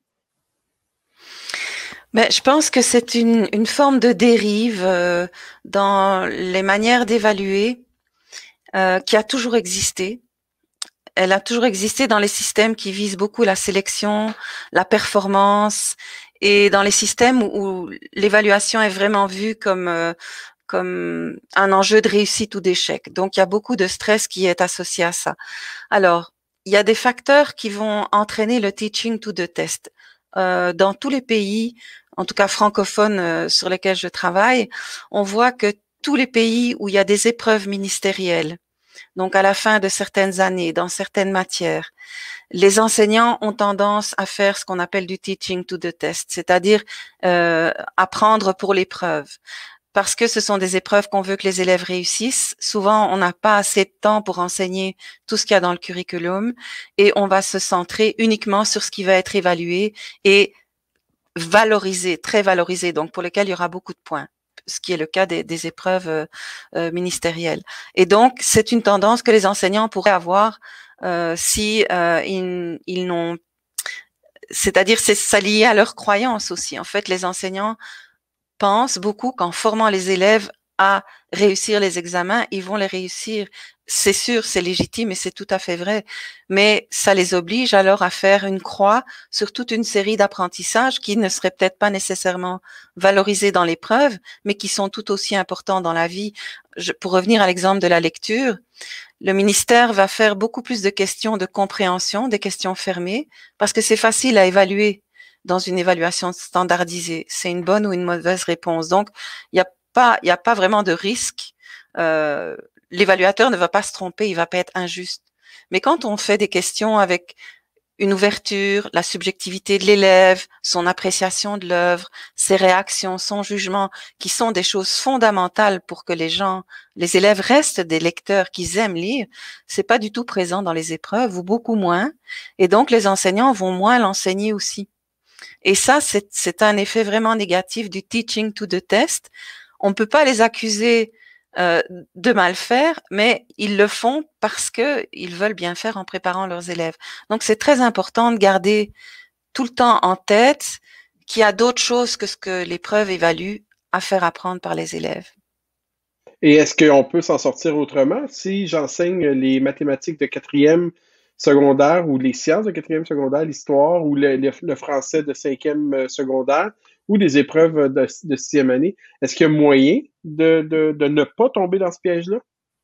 Ben, je pense que c'est une, une forme de dérive euh, dans les manières d'évaluer euh, qui a toujours existé. Elle a toujours existé dans les systèmes qui visent beaucoup la sélection, la performance, et dans les systèmes où, où l'évaluation est vraiment vue comme euh, comme un enjeu de réussite ou d'échec. Donc, il y a beaucoup de stress qui est associé à ça. Alors, il y a des facteurs qui vont entraîner le teaching to the test. Euh, dans tous les pays, en tout cas francophones euh, sur lesquels je travaille, on voit que tous les pays où il y a des épreuves ministérielles, donc à la fin de certaines années, dans certaines matières, les enseignants ont tendance à faire ce qu'on appelle du teaching to the test, c'est-à-dire euh, apprendre pour l'épreuve. Parce que ce sont des épreuves qu'on veut que les élèves réussissent. Souvent, on n'a pas assez de temps pour enseigner tout ce qu'il y a dans le curriculum et on va se centrer uniquement sur ce qui va être évalué et valorisé, très valorisé, donc pour lequel il y aura beaucoup de points, ce qui est le cas des, des épreuves euh, euh, ministérielles. Et donc, c'est une tendance que les enseignants pourraient avoir euh, si euh, ils, ils n'ont... C'est-à-dire, c'est ça lié à leur croyance aussi. En fait, les enseignants pensent beaucoup qu'en formant les élèves à réussir les examens, ils vont les réussir c'est sûr, c'est légitime et c'est tout à fait vrai, mais ça les oblige alors à faire une croix sur toute une série d'apprentissages qui ne seraient peut-être pas nécessairement valorisés dans l'épreuve, mais qui sont tout aussi importants dans la vie. Je, pour revenir à l'exemple de la lecture, le ministère va faire beaucoup plus de questions de compréhension, des questions fermées, parce que c'est facile à évaluer dans une évaluation standardisée. C'est une bonne ou une mauvaise réponse. Donc, il n'y a pas, il n'y a pas vraiment de risque. Euh, L'évaluateur ne va pas se tromper, il va pas être injuste. Mais quand on fait des questions avec une ouverture, la subjectivité de l'élève, son appréciation de l'œuvre, ses réactions, son jugement, qui sont des choses fondamentales pour que les gens, les élèves restent des lecteurs qu'ils aiment lire, c'est pas du tout présent dans les épreuves ou beaucoup moins. Et donc, les enseignants vont moins l'enseigner aussi. Et ça, c'est, c'est un effet vraiment négatif du teaching to the test. On ne peut pas les accuser Euh, de mal faire, mais ils le font parce que ils veulent bien faire en préparant leurs élèves. Donc, c'est très important de garder tout le temps en tête qu'il y a d'autres choses que ce que l'épreuve évalue à faire apprendre par les élèves. Et est-ce qu'on peut s'en sortir autrement si j'enseigne les mathématiques de quatrième secondaire ou les sciences de quatrième secondaire, l'histoire ou le, le, le français de cinquième secondaire ou des épreuves de, de sixième année? Est-ce qu'il y a moyen de, de, de ne pas tomber dans ce piège-là?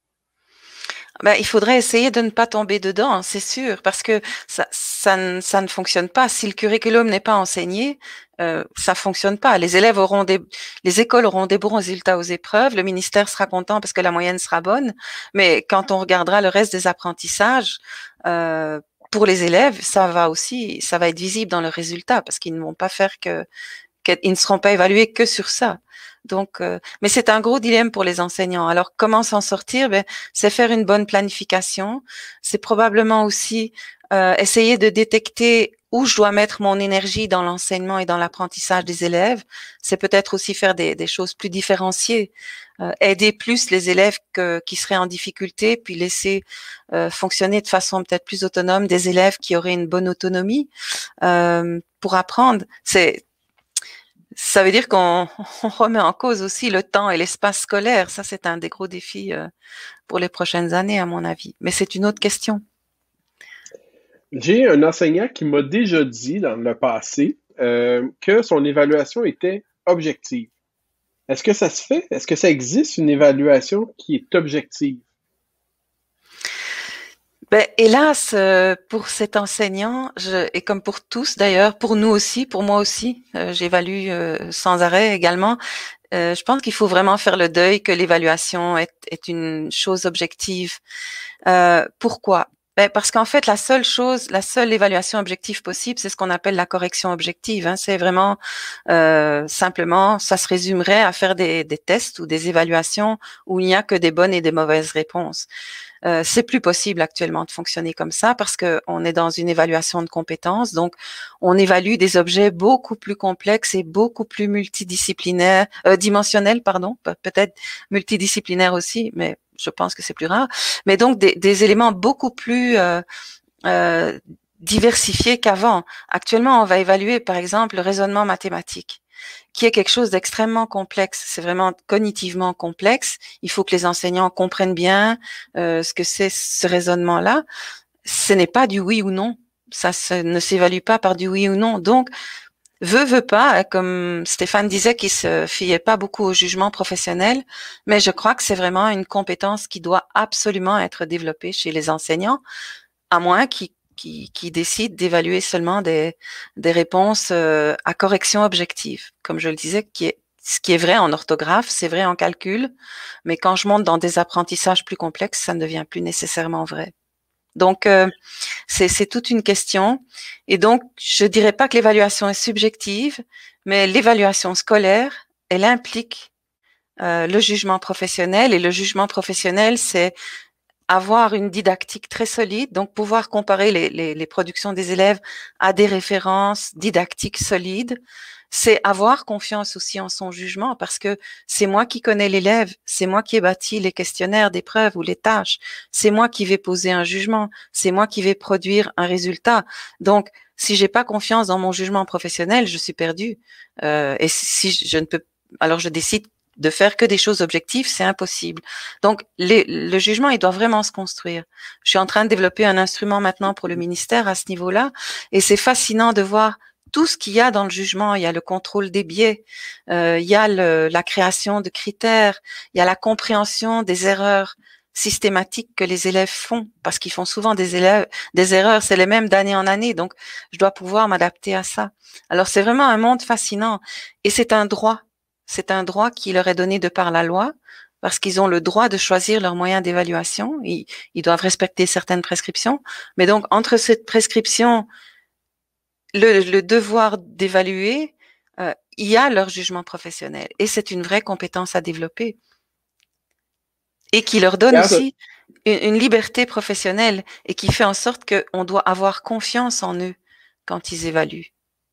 Ben, il faudrait essayer de ne pas tomber dedans, c'est sûr, parce que ça, ça, ne, ça ne fonctionne pas. Si le curriculum n'est pas enseigné, euh, ça fonctionne pas. Les élèves auront des, les écoles auront des bons résultats aux épreuves, le ministère sera content parce que la moyenne sera bonne, mais quand on regardera le reste des apprentissages, euh, pour les élèves, ça va aussi, ça va être visible dans le résultat parce qu'ils ne vont pas faire que, qu'ils ne seront pas évalués que sur ça. Donc, euh, mais c'est un gros dilemme pour les enseignants. Alors, comment s'en sortir? Ben, c'est faire une bonne planification. C'est probablement aussi euh, essayer de détecter où je dois mettre mon énergie dans l'enseignement et dans l'apprentissage des élèves. C'est peut-être aussi faire des, des choses plus différenciées, euh, aider plus les élèves que, qui seraient en difficulté, puis laisser euh, fonctionner de façon peut-être plus autonome des élèves qui auraient une bonne autonomie euh, pour apprendre. C'est Ça veut dire qu'on on remet en cause aussi le temps et l'espace scolaire. Ça, c'est un des gros défis euh, pour les prochaines années, à mon avis. Mais c'est une autre question. J'ai un enseignant qui m'a déjà dit dans le passé euh, que son évaluation était objective. Est-ce que ça se fait? Est-ce que ça existe une évaluation qui est objective? Ben, hélas, euh, pour cet enseignant, je, et comme pour tous d'ailleurs, pour nous aussi, pour moi aussi, euh, j'évalue euh, sans arrêt également. Euh, je pense qu'il faut vraiment faire le deuil que l'évaluation est, est une chose objective. Euh, pourquoi? Ben, parce qu'en fait, la seule chose, la seule évaluation objective possible, c'est ce qu'on appelle la correction objective. Hein. C'est vraiment euh, simplement, ça se résumerait à faire des, des tests ou des évaluations où il n'y a que des bonnes et des mauvaises réponses. Euh, c'est plus possible actuellement de fonctionner comme ça parce que on est dans une évaluation de compétences, donc on évalue des objets beaucoup plus complexes et beaucoup plus multidisciplinaires, euh, dimensionnels, pardon, peut-être multidisciplinaires aussi, mais je pense que c'est plus rare. Mais donc des, des éléments beaucoup plus euh, euh, diversifiés qu'avant. Actuellement, on va évaluer par exemple le raisonnement mathématique, qui est quelque chose d'extrêmement complexe. C'est vraiment cognitivement complexe. Il faut que les enseignants comprennent bien euh, ce que c'est ce raisonnement-là. Ce n'est pas du oui ou non. Ça se, ne s'évalue pas par du oui ou non. Donc, veut, veut pas, comme Stéphane disait qu'il se fiait pas beaucoup au jugement professionnel, mais je crois que c'est vraiment une compétence qui doit absolument être développée chez les enseignants, à moins qu'ils qui, qui décide d'évaluer seulement des, des réponses euh, à correction objective. Comme je le disais, qui est, ce qui est vrai en orthographe, c'est vrai en calcul, mais quand je monte dans des apprentissages plus complexes, ça ne devient plus nécessairement vrai. Donc, euh, c'est, c'est toute une question. Et donc, je dirais pas que l'évaluation est subjective, mais l'évaluation scolaire, elle implique euh, le jugement professionnel. Et le jugement professionnel, c'est avoir une didactique très solide, donc pouvoir comparer les, les, les productions des élèves à des références didactiques solides. C'est avoir confiance aussi en son jugement parce que c'est moi qui connais l'élève, c'est moi qui ai bâti les questionnaires d'épreuves ou les tâches, c'est moi qui vais poser un jugement, c'est moi qui vais produire un résultat. Donc, si j'ai pas confiance dans mon jugement professionnel, je suis perdue. Euh, et si je ne peux, alors je décide de faire que des choses objectives, c'est impossible. Donc, les, le jugement, il doit vraiment se construire. Je suis en train de développer un instrument maintenant pour le ministère à ce niveau-là, et c'est fascinant de voir tout ce qu'il y a dans le jugement. Il y a le contrôle des biais, euh, il y a le, la création de critères, il y a la compréhension des erreurs systématiques que les élèves font, parce qu'ils font souvent des élèves, des erreurs, c'est les mêmes d'année en année, donc je dois pouvoir m'adapter à ça. Alors c'est vraiment un monde fascinant, et c'est un droit, c'est un droit qui leur est donné de par la loi, parce qu'ils ont le droit de choisir leurs moyens d'évaluation, ils, ils doivent respecter certaines prescriptions, mais donc entre cette prescription, le, le devoir d'évaluer, euh, il y a leur jugement professionnel, et c'est une vraie compétence à développer. Et qui leur donne aussi une, une liberté professionnelle et qui fait en sorte qu'on doit avoir confiance en eux quand ils évaluent.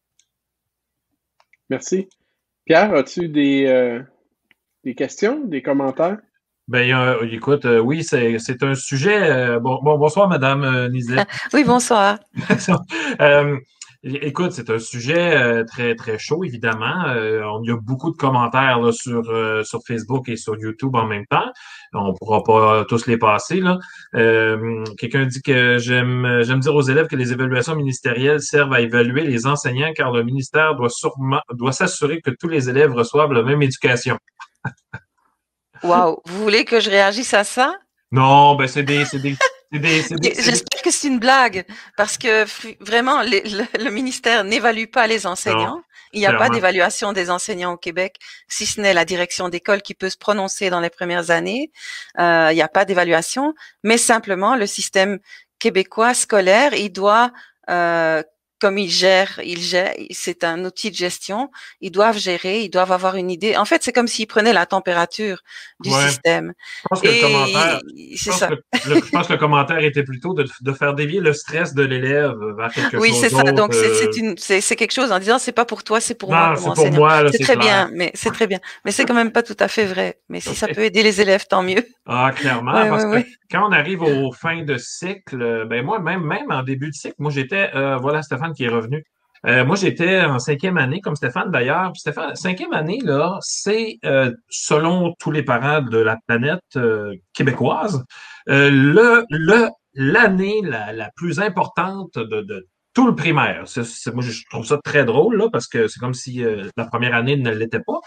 Merci. Pierre, as-tu des, euh, des questions, des commentaires? Ben, euh, écoute, euh, oui, c'est, c'est un sujet. Euh, bon, bon, bonsoir, Madame euh, Nizet. Oui, bonsoir. euh, Écoute, c'est un sujet euh, très très chaud, évidemment. Euh, on, il y a beaucoup de commentaires là, sur euh, sur Facebook et sur YouTube en même temps. On pourra pas tous les passer là. Euh, quelqu'un dit que j'aime j'aime dire aux élèves que les évaluations ministérielles servent à évaluer les enseignants, car le ministère doit sûrement doit s'assurer que tous les élèves reçoivent la même éducation. Waouh, vous voulez que je réagisse à ça? Non, ben c'est des c'est des c'est des, c'est des, c'est J'espère que c'est une blague, parce que vraiment, les, le, le ministère n'évalue pas les enseignants. Non, il n'y a pas d'évaluation des enseignants au Québec, si ce n'est la direction d'école qui peut se prononcer dans les premières années. Euh, il n'y a pas d'évaluation, mais simplement le système québécois scolaire, il doit, euh, comme il gère, il gère, c'est un outil de gestion, ils doivent gérer, ils doivent avoir une idée. En fait, c'est comme s'ils prenaient la température du ouais. système. Je pense que Et le commentaire, c'est ça. Que le, le, je pense que le commentaire était plutôt de, de faire dévier le stress de l'élève vers quelque oui, chose d'autre. Oui, c'est ça. Donc, euh... c'est, c'est, une, c'est, c'est quelque chose en disant, c'est pas pour toi, c'est pour non, moi comme comme c'est enseignant. Pour moi, là, c'est, c'est très clair. bien, mais c'est très bien. Mais c'est quand même pas tout à fait vrai. Mais si okay. ça peut aider les élèves, tant mieux. Ah, clairement, ouais, parce ouais, que ouais. quand on arrive aux fins de cycle, ben moi, même, même en début de cycle, moi, j'étais, euh, voilà Stéphane qui est revenu. Euh, moi, j'étais en cinquième année, comme Stéphane d'ailleurs. Puis Stéphane, cinquième année, là, c'est, euh, selon tous les parents de la planète euh, québécoise, euh, le, le, l'année la, la plus importante de, de tout le primaire. C'est, c'est, moi, je trouve ça très drôle, là, parce que c'est comme si euh, la première année ne l'était pas.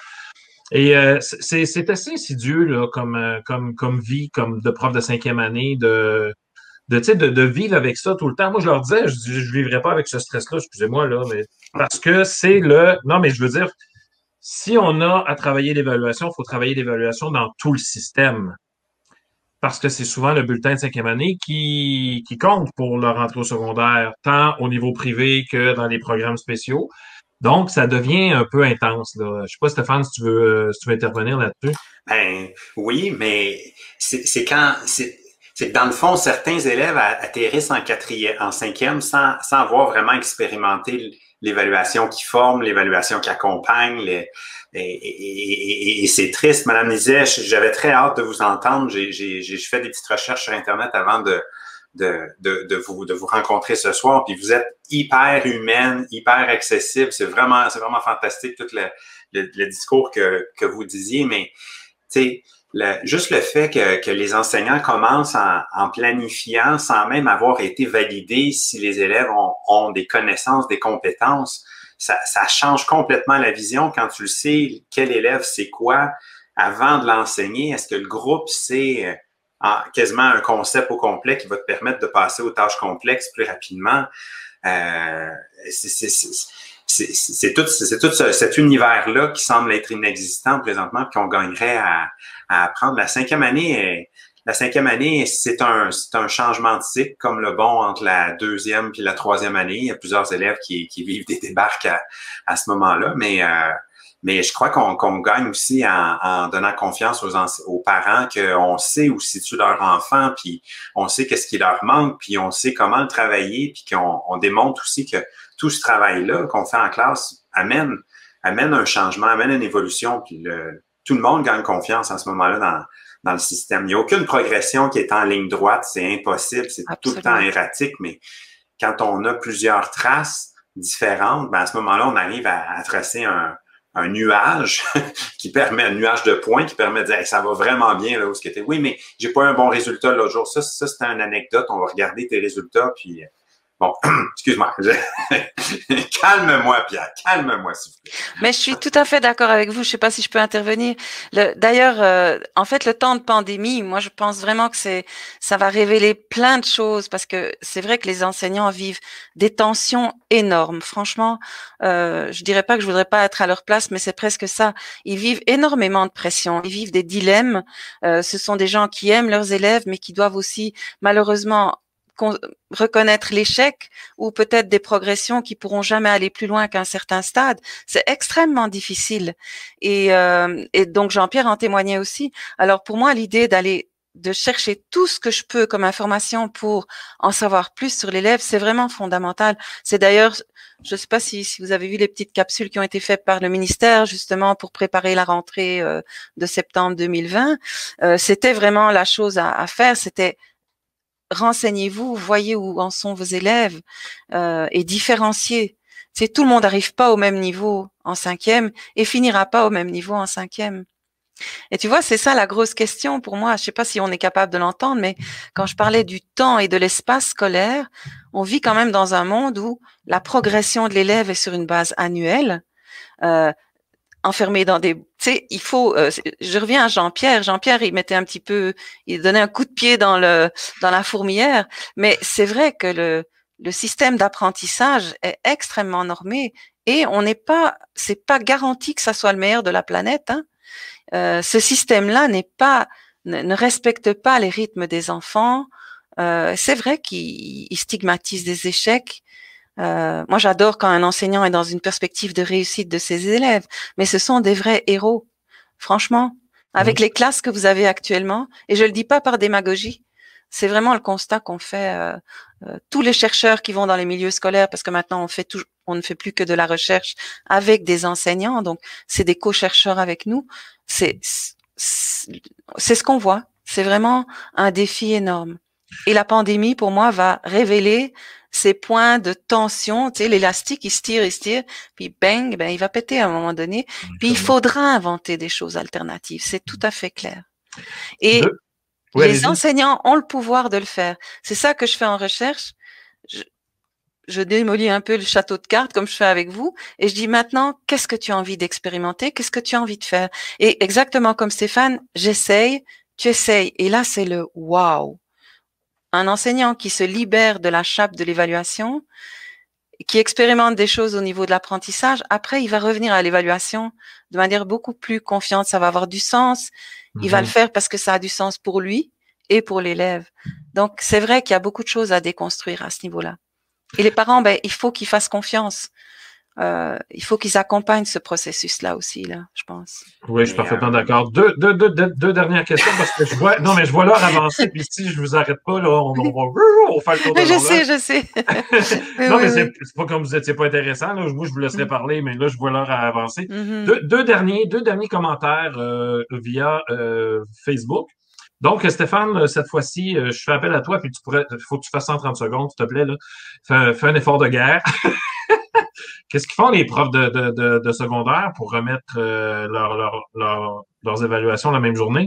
Et euh, c'est, c'est assez insidieux, là, comme, comme, comme vie, comme de prof de cinquième année, de de, de, de vivre avec ça tout le temps. Moi, je leur disais, je ne vivrais pas avec ce stress-là, excusez-moi, là, mais parce que c'est le... Non, mais je veux dire, si on a à travailler l'évaluation, il faut travailler l'évaluation dans tout le système. Parce que c'est souvent le bulletin de cinquième année qui, qui compte pour leur entrée au secondaire, tant au niveau privé que dans les programmes spéciaux. Donc, ça devient un peu intense, là. Je sais pas, Stéphane, si tu veux, si tu veux intervenir là-dessus. Ben, oui, mais c'est, c'est quand... C'est... C'est que dans le fond, certains élèves atterrissent en quatrième, en cinquième sans, sans avoir vraiment expérimenté l'évaluation qui forme, l'évaluation qui accompagne. Les, et, et, et, et c'est triste. Madame Nizet, j'avais très hâte de vous entendre. J'ai, j'ai, j'ai fait des petites recherches sur Internet avant de, de, de, de, vous, de vous rencontrer ce soir. Puis vous êtes hyper humaine, hyper accessible. C'est vraiment, c'est vraiment fantastique tout le, le, le discours que, que vous disiez. Mais, tu sais, Le, juste le fait que, que les enseignants commencent en, en planifiant sans même avoir été validés si les élèves ont, ont des connaissances, des compétences, ça, ça change complètement la vision quand tu le sais, quel élève c'est quoi avant de l'enseigner. Est-ce que le groupe sait en, quasiment un concept au complet qui va te permettre de passer aux tâches complexes plus rapidement? Euh, c'est, c'est, c'est, c'est, c'est tout, c'est tout ce, cet univers-là qui semble être inexistant présentement et qu'on gagnerait à, à apprendre. La cinquième année, la cinquième année, c'est un, c'est un changement de cycle comme le bon entre la deuxième puis la troisième année. Il y a plusieurs élèves qui, qui vivent des débarques à, à ce moment-là, mais euh, mais je crois qu'on, qu'on gagne aussi en, en donnant confiance aux, aux parents qu'on sait où situe leur enfant, puis on sait qu'est-ce qui leur manque, puis on sait comment le travailler, puis qu'on on démontre aussi que tout ce travail-là qu'on fait en classe amène amène un changement, amène une évolution, puis le, tout le monde gagne confiance en ce moment-là dans, dans le système. Il n'y a aucune progression qui est en ligne droite, c'est impossible, c'est Absolument. Tout le temps erratique, mais quand on a plusieurs traces différentes, ben à ce moment-là, on arrive à, à tracer un, un nuage qui permet, un nuage de points qui permet de dire hey, ça va vraiment bien là où ce que t'es. Oui, mais j'ai pas eu un bon résultat l'autre jour. Ça, ça c'était une anecdote. On va regarder tes résultats, puis bon, excuse-moi. Calme-moi, Pierre. Calme-moi, s'il vous plaît. Mais je suis tout à fait d'accord avec vous. Je sais pas si je peux intervenir. Le, d'ailleurs, euh, en fait, le temps de pandémie, moi, je pense vraiment que c'est, ça va révéler plein de choses parce que c'est vrai que les enseignants vivent des tensions énormes. Franchement, euh, je dirais pas que je voudrais pas être à leur place, mais c'est presque ça. Ils vivent énormément de pression. Ils vivent des dilemmes. Euh, ce sont des gens qui aiment leurs élèves, mais qui doivent aussi, malheureusement, reconnaître l'échec ou peut-être des progressions qui pourront jamais aller plus loin qu'un certain stade. C'est extrêmement difficile. Et, euh, et donc Jean-Pierre en témoignait aussi. Alors pour moi, l'idée d'aller de chercher tout ce que je peux comme information pour en savoir plus sur l'élève, c'est vraiment fondamental. C'est d'ailleurs, je ne sais pas si, si vous avez vu les petites capsules qui ont été faites par le ministère justement pour préparer la rentrée euh, de septembre deux mille vingt. Euh, c'était vraiment la chose à, à faire. C'était renseignez-vous, voyez où en sont vos élèves euh, et différenciez. C'est tout le monde n'arrive pas au même niveau en cinquième et finira pas au même niveau en cinquième. Et tu vois, c'est ça la grosse question pour moi. Je sais pas si on est capable de l'entendre, mais quand je parlais du temps et de l'espace scolaire, on vit quand même dans un monde où la progression de l'élève est sur une base annuelle. Euh, enfermé dans des, tu sais, il faut, euh, je reviens à Jean-Pierre, Jean-Pierre, il mettait un petit peu, il donnait un coup de pied dans le, dans la fourmilière, mais c'est vrai que le, le système d'apprentissage est extrêmement normé et on n'est pas, c'est pas garanti que ça soit le meilleur de la planète, hein. Euh, ce système-là n'est pas, ne, ne respecte pas les rythmes des enfants, euh, c'est vrai qu'il il stigmatise des échecs. Euh, moi, j'adore quand un enseignant est dans une perspective de réussite de ses élèves, mais ce sont des vrais héros, franchement, avec les classes que vous avez actuellement. Et je le dis pas par démagogie, c'est vraiment le constat qu'on fait. Euh, euh, tous les chercheurs qui vont dans les milieux scolaires, parce que maintenant on fait tout, on ne fait plus que de la recherche avec des enseignants, donc c'est des co-chercheurs avec nous. C'est c'est ce qu'on voit. C'est vraiment un défi énorme. Et la pandémie, pour moi, va révéler ces points de tension, tu sais, l'élastique, il se tire, il se tire, puis bang, ben, il va péter à un moment donné. Puis il faudra inventer des choses alternatives, c'est tout à fait clair. Et De... ouais, les enseignants ont le pouvoir de le faire. C'est ça que je fais en recherche. Je, je démolis un peu le château de cartes, comme je fais avec vous, et je dis maintenant, qu'est-ce que tu as envie d'expérimenter? Qu'est-ce que tu as envie de faire? Et exactement comme Stéphane, j'essaye, tu essayes. Et là, c'est le wow. Un enseignant qui se libère de la chape de l'évaluation, qui expérimente des choses au niveau de l'apprentissage, après, il va revenir à l'évaluation de manière beaucoup plus confiante. Ça va avoir du sens. Il mm-hmm. va le faire parce que ça a du sens pour lui et pour l'élève. Donc, c'est vrai qu'il y a beaucoup de choses à déconstruire à ce niveau-là. Et les parents, ben, il faut qu'ils fassent confiance. Euh, il faut qu'ils accompagnent ce processus-là aussi, là, je pense. Oui, je suis parfaitement d'accord. Deux, deux, deux, deux, deux dernières questions parce que je vois, non, mais je vois l'heure avancer, puis si je vous arrête pas, là, on, on va, on va faire le tour de l'horloge. Je sais, je sais. non, mais c'est, c'est pas comme vous étiez pas intéressant, là. Moi, je vous laisserai parler, mais là, je vois l'heure avancer. Mm-hmm. Deux, deux derniers, deux derniers commentaires, euh, via, euh, Facebook. Donc, Stéphane, cette fois-ci, je fais appel à toi, puis tu pourrais, faut que tu fasses cent trente secondes, s'il te plaît, là. Fais, fais un effort de guerre. Qu'est-ce qu'ils font les profs de, de, de, de secondaire pour remettre euh, leur, leur, leur, leurs évaluations la même journée?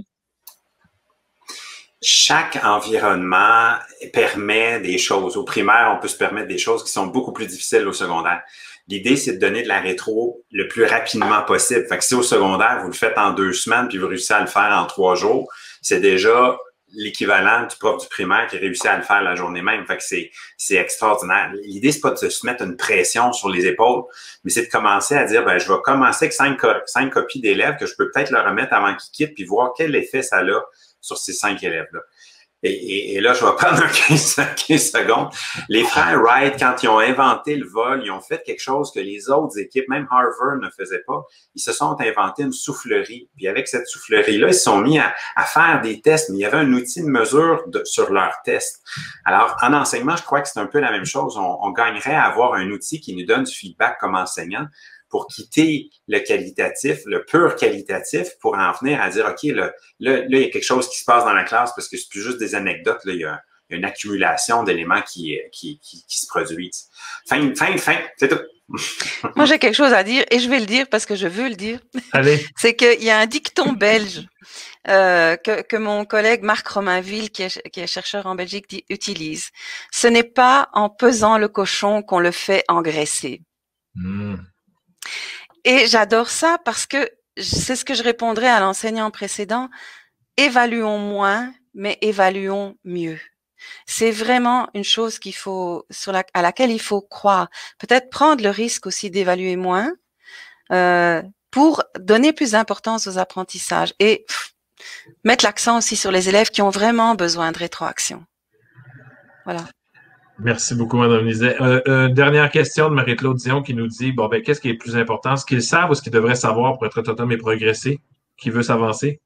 Chaque environnement permet des choses. Au primaire, on peut se permettre des choses qui sont beaucoup plus difficiles au secondaire. L'idée, c'est de donner de la rétro le plus rapidement possible. Fait que si au secondaire, vous le faites en deux semaines puis vous réussissez à le faire en trois jours, c'est déjà l'équivalent du prof du primaire qui réussit à le faire la journée même. Fait que c'est, c'est extraordinaire. L'idée, c'est pas de se mettre une pression sur les épaules, mais c'est de commencer à dire, ben, je vais commencer avec cinq, cinq copies d'élèves que je peux peut-être leur remettre avant qu'ils quittent puis voir quel effet ça a sur ces cinq élèves-là. Et, et, et là, je vais prendre un quinze, quinze secondes. Les frères Wright, quand ils ont inventé le vol, ils ont fait quelque chose que les autres équipes, même Harvard, ne faisaient pas. Ils se sont inventés une soufflerie. Puis avec cette soufflerie-là, ils se sont mis à, à faire des tests, mais il y avait un outil de mesure de, sur leurs tests. Alors, en enseignement, je crois que c'est un peu la même chose. On, on gagnerait à avoir un outil qui nous donne du feedback comme enseignant pour quitter le qualitatif, le pur qualitatif, pour en venir à dire, OK, là, là, là, il y a quelque chose qui se passe dans la classe parce que c'est plus juste des anecdotes, là, il y a une accumulation d'éléments qui, qui, qui, qui se produisent. Fin, fin, fin, c'est tout. Moi, j'ai quelque chose à dire et je vais le dire parce que je veux le dire. Allez. C'est qu'il y a un dicton belge euh, que, que mon collègue Marc Romainville, qui est, qui est chercheur en Belgique, dit, utilise. Ce n'est pas en pesant le cochon qu'on le fait engraisser. Mmh. Et j'adore ça parce que c'est ce que je répondrais à l'enseignant précédent. Évaluons moins, mais évaluons mieux. C'est vraiment une chose qu'il faut, sur la, à laquelle il faut croire. Peut-être prendre le risque aussi d'évaluer moins euh, pour donner plus d'importance aux apprentissages et pff, mettre l'accent aussi sur les élèves qui ont vraiment besoin de rétroaction. Voilà. Merci beaucoup, Mme Lizet. Euh, euh, dernière question de Marie-Claude Dion qui nous dit, bon, ben, qu'est-ce qui est le plus important? Ce qu'ils savent ou ce qu'ils devraient savoir pour être autonome et progresser? Qui veut s'avancer?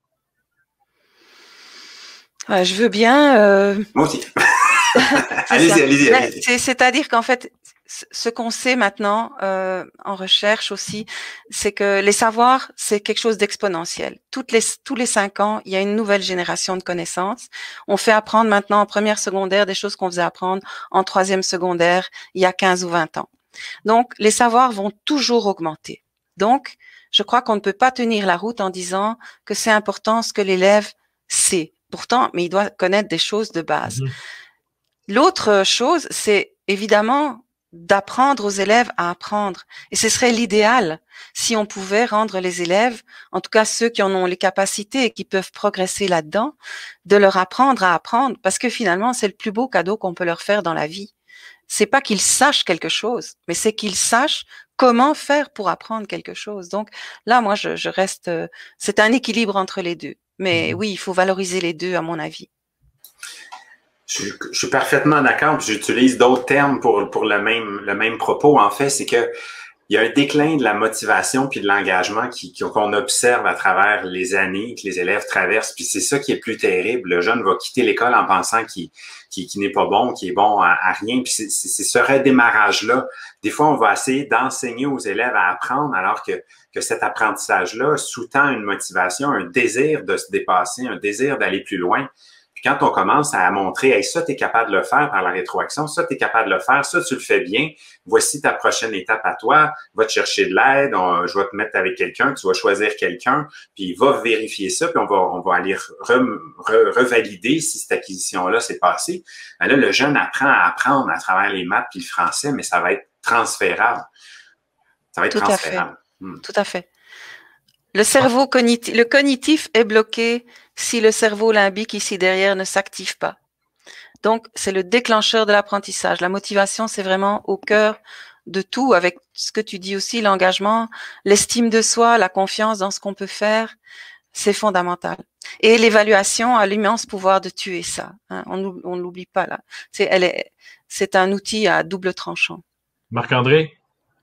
Ouais, je veux bien. Euh... Moi aussi. allez-y, allez-y, allez-y. C'est, c'est-à-dire qu'en fait, ce qu'on sait maintenant euh, en recherche aussi, c'est que les savoirs, c'est quelque chose d'exponentiel. Toutes les, tous les cinq ans, il y a une nouvelle génération de connaissances. On fait apprendre maintenant en première secondaire des choses qu'on faisait apprendre en troisième secondaire il y a quinze ou vingt ans. Donc, les savoirs vont toujours augmenter. Donc, je crois qu'on ne peut pas tenir la route en disant que c'est important ce que l'élève sait. Pourtant, mais il doit connaître des choses de base. Mmh. L'autre chose, c'est évidemment d'apprendre aux élèves à apprendre. Et ce serait l'idéal si on pouvait rendre les élèves, en tout cas ceux qui en ont les capacités et qui peuvent progresser là-dedans, de leur apprendre à apprendre, parce que finalement, c'est le plus beau cadeau qu'on peut leur faire dans la vie. C'est pas qu'ils sachent quelque chose, mais c'est qu'ils sachent comment faire pour apprendre quelque chose. Donc là, moi, je, je reste... Euh, c'est un équilibre entre les deux. Mais oui, il faut valoriser les deux, à mon avis. Je, je suis parfaitement d'accord. J'utilise d'autres termes pour, pour le même, le même propos. En fait, c'est que il y a un déclin de la motivation puis de l'engagement qui, qui, qu'on observe à travers les années que les élèves traversent. Puis c'est ça qui est plus terrible. Le jeune va quitter l'école en pensant qu'il, qu'il, qu'il n'est pas bon, qu'il est bon à, à rien. Puis c'est, c'est, c'est ce redémarrage-là. Des fois, on va essayer d'enseigner aux élèves à apprendre alors que, que cet apprentissage-là sous-tend une motivation, un désir de se dépasser, un désir d'aller plus loin. Puis quand on commence à montrer, hey, ça, tu es capable de le faire par la rétroaction, ça, tu es capable de le faire, ça, tu le fais bien, voici ta prochaine étape à toi, va te chercher de l'aide, on, je vais te mettre avec quelqu'un, tu vas choisir quelqu'un, puis va vérifier ça, puis on va, on va aller re, re, revalider si cette acquisition-là s'est passée. Ben là, le jeune apprend à apprendre à travers les maths puis le français, mais ça va être transférable. Ça va être Tout transférable. À fait. Hmm. Tout à fait. Le cerveau cognitif, le cognitif est bloqué si le cerveau limbique ici derrière ne s'active pas. Donc, c'est le déclencheur de l'apprentissage. La motivation, c'est vraiment au cœur de tout, avec ce que tu dis aussi, l'engagement, l'estime de soi, la confiance dans ce qu'on peut faire, c'est fondamental. Et l'évaluation a l'immense pouvoir de tuer ça. Hein. On ne l'oublie pas là. C'est, elle est, c'est un outil à double tranchant. Marc-André?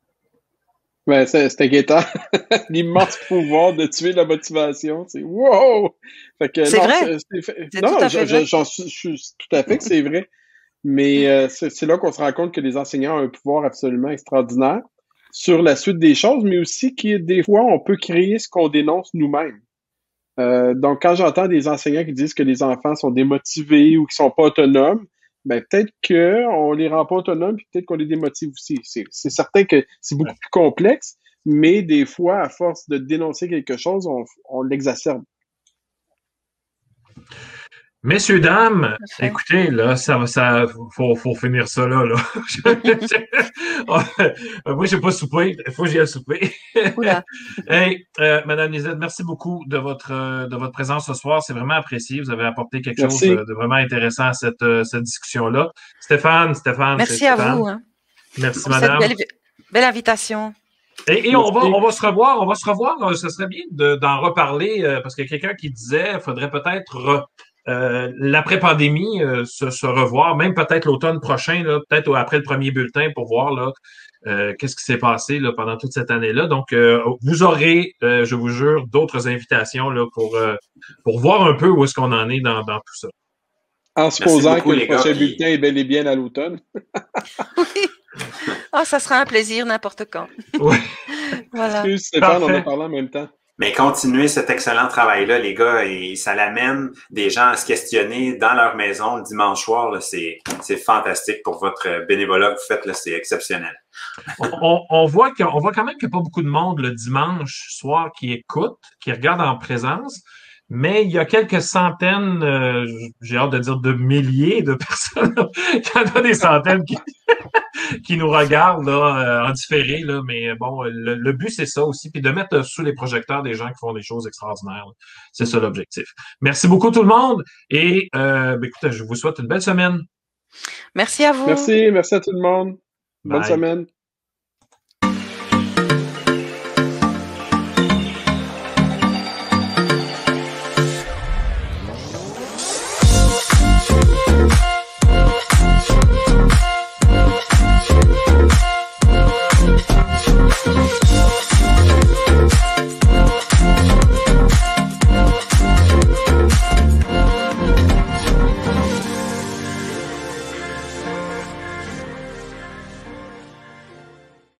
Ben, c'est inquiétant. L'immense pouvoir de tuer la motivation. C'est wow! Fait que, c'est non, vrai. C'est, c'est, c'est non, tout à fait vrai. J'en suis, je suis tout à fait que c'est vrai. Mais euh, c'est, c'est là qu'on se rend compte que les enseignants ont un pouvoir absolument extraordinaire sur la suite des choses, mais aussi que des fois, on peut créer ce qu'on dénonce nous-mêmes. Euh, donc, quand j'entends des enseignants qui disent que les enfants sont démotivés ou qu'ils sont pas autonomes, ben peut-être qu'on les rend pas autonomes, puis peut-être qu'on les démotive aussi. C'est, c'est certain que c'est beaucoup plus complexe, mais des fois, à force de dénoncer quelque chose, on, on l'exacerbe. Messieurs, dames, écoutez, là, ça ça faut, faut finir ça là. là. Moi, je n'ai pas soupé. Il faut que j'y aille souper. Hey, euh, Madame Lisette, merci beaucoup de votre de votre présence ce soir. C'est vraiment apprécié. Vous avez apporté quelque merci. chose de vraiment intéressant à cette, cette discussion-là. Stéphane, Stéphane. Merci à Stéphane. vous. Hein. Merci, pour madame. Cette belle, belle invitation. Et, et on va on va se revoir. On va se revoir. Ce serait bien de, d'en reparler euh, parce qu'il y a quelqu'un qui disait qu'il faudrait peut-être re, Euh, l'après-pandémie, euh, se, se revoir, même peut-être l'automne prochain, là, peut-être après le premier bulletin pour voir là, euh, qu'est-ce qui s'est passé là, pendant toute cette année-là. Donc, euh, vous aurez, euh, je vous jure, d'autres invitations là, pour, euh, pour voir un peu où est-ce qu'on en est dans, dans tout ça. En supposant que le prochain gars, bulletin est bel et bien à l'automne. Oui. Oh, ça sera un plaisir n'importe quand. Oui. Voilà. Excuse Stéphane, on a parlé en même temps. Mais continuez cet excellent travail-là, les gars, et ça l'amène des gens à se questionner dans leur maison le dimanche soir. Là, c'est, c'est fantastique pour votre bénévolat que vous faites, là, c'est exceptionnel. on, on, on voit qu'on voit quand même qu'il n'y a pas beaucoup de monde le dimanche soir qui écoute, qui regarde en présence. Mais il y a quelques centaines, euh, j'ai hâte de dire de milliers de personnes. Il y en a des centaines qui, qui nous regardent là, en différé. Là, mais bon, le, le but, c'est ça aussi. Puis de mettre sous les projecteurs des gens qui font des choses extraordinaires. C'est ça l'objectif. Merci beaucoup tout le monde. Et euh, ben, écoutez, je vous souhaite une belle semaine. Merci à vous. Merci, merci à tout le monde. Bonne Bye. semaine.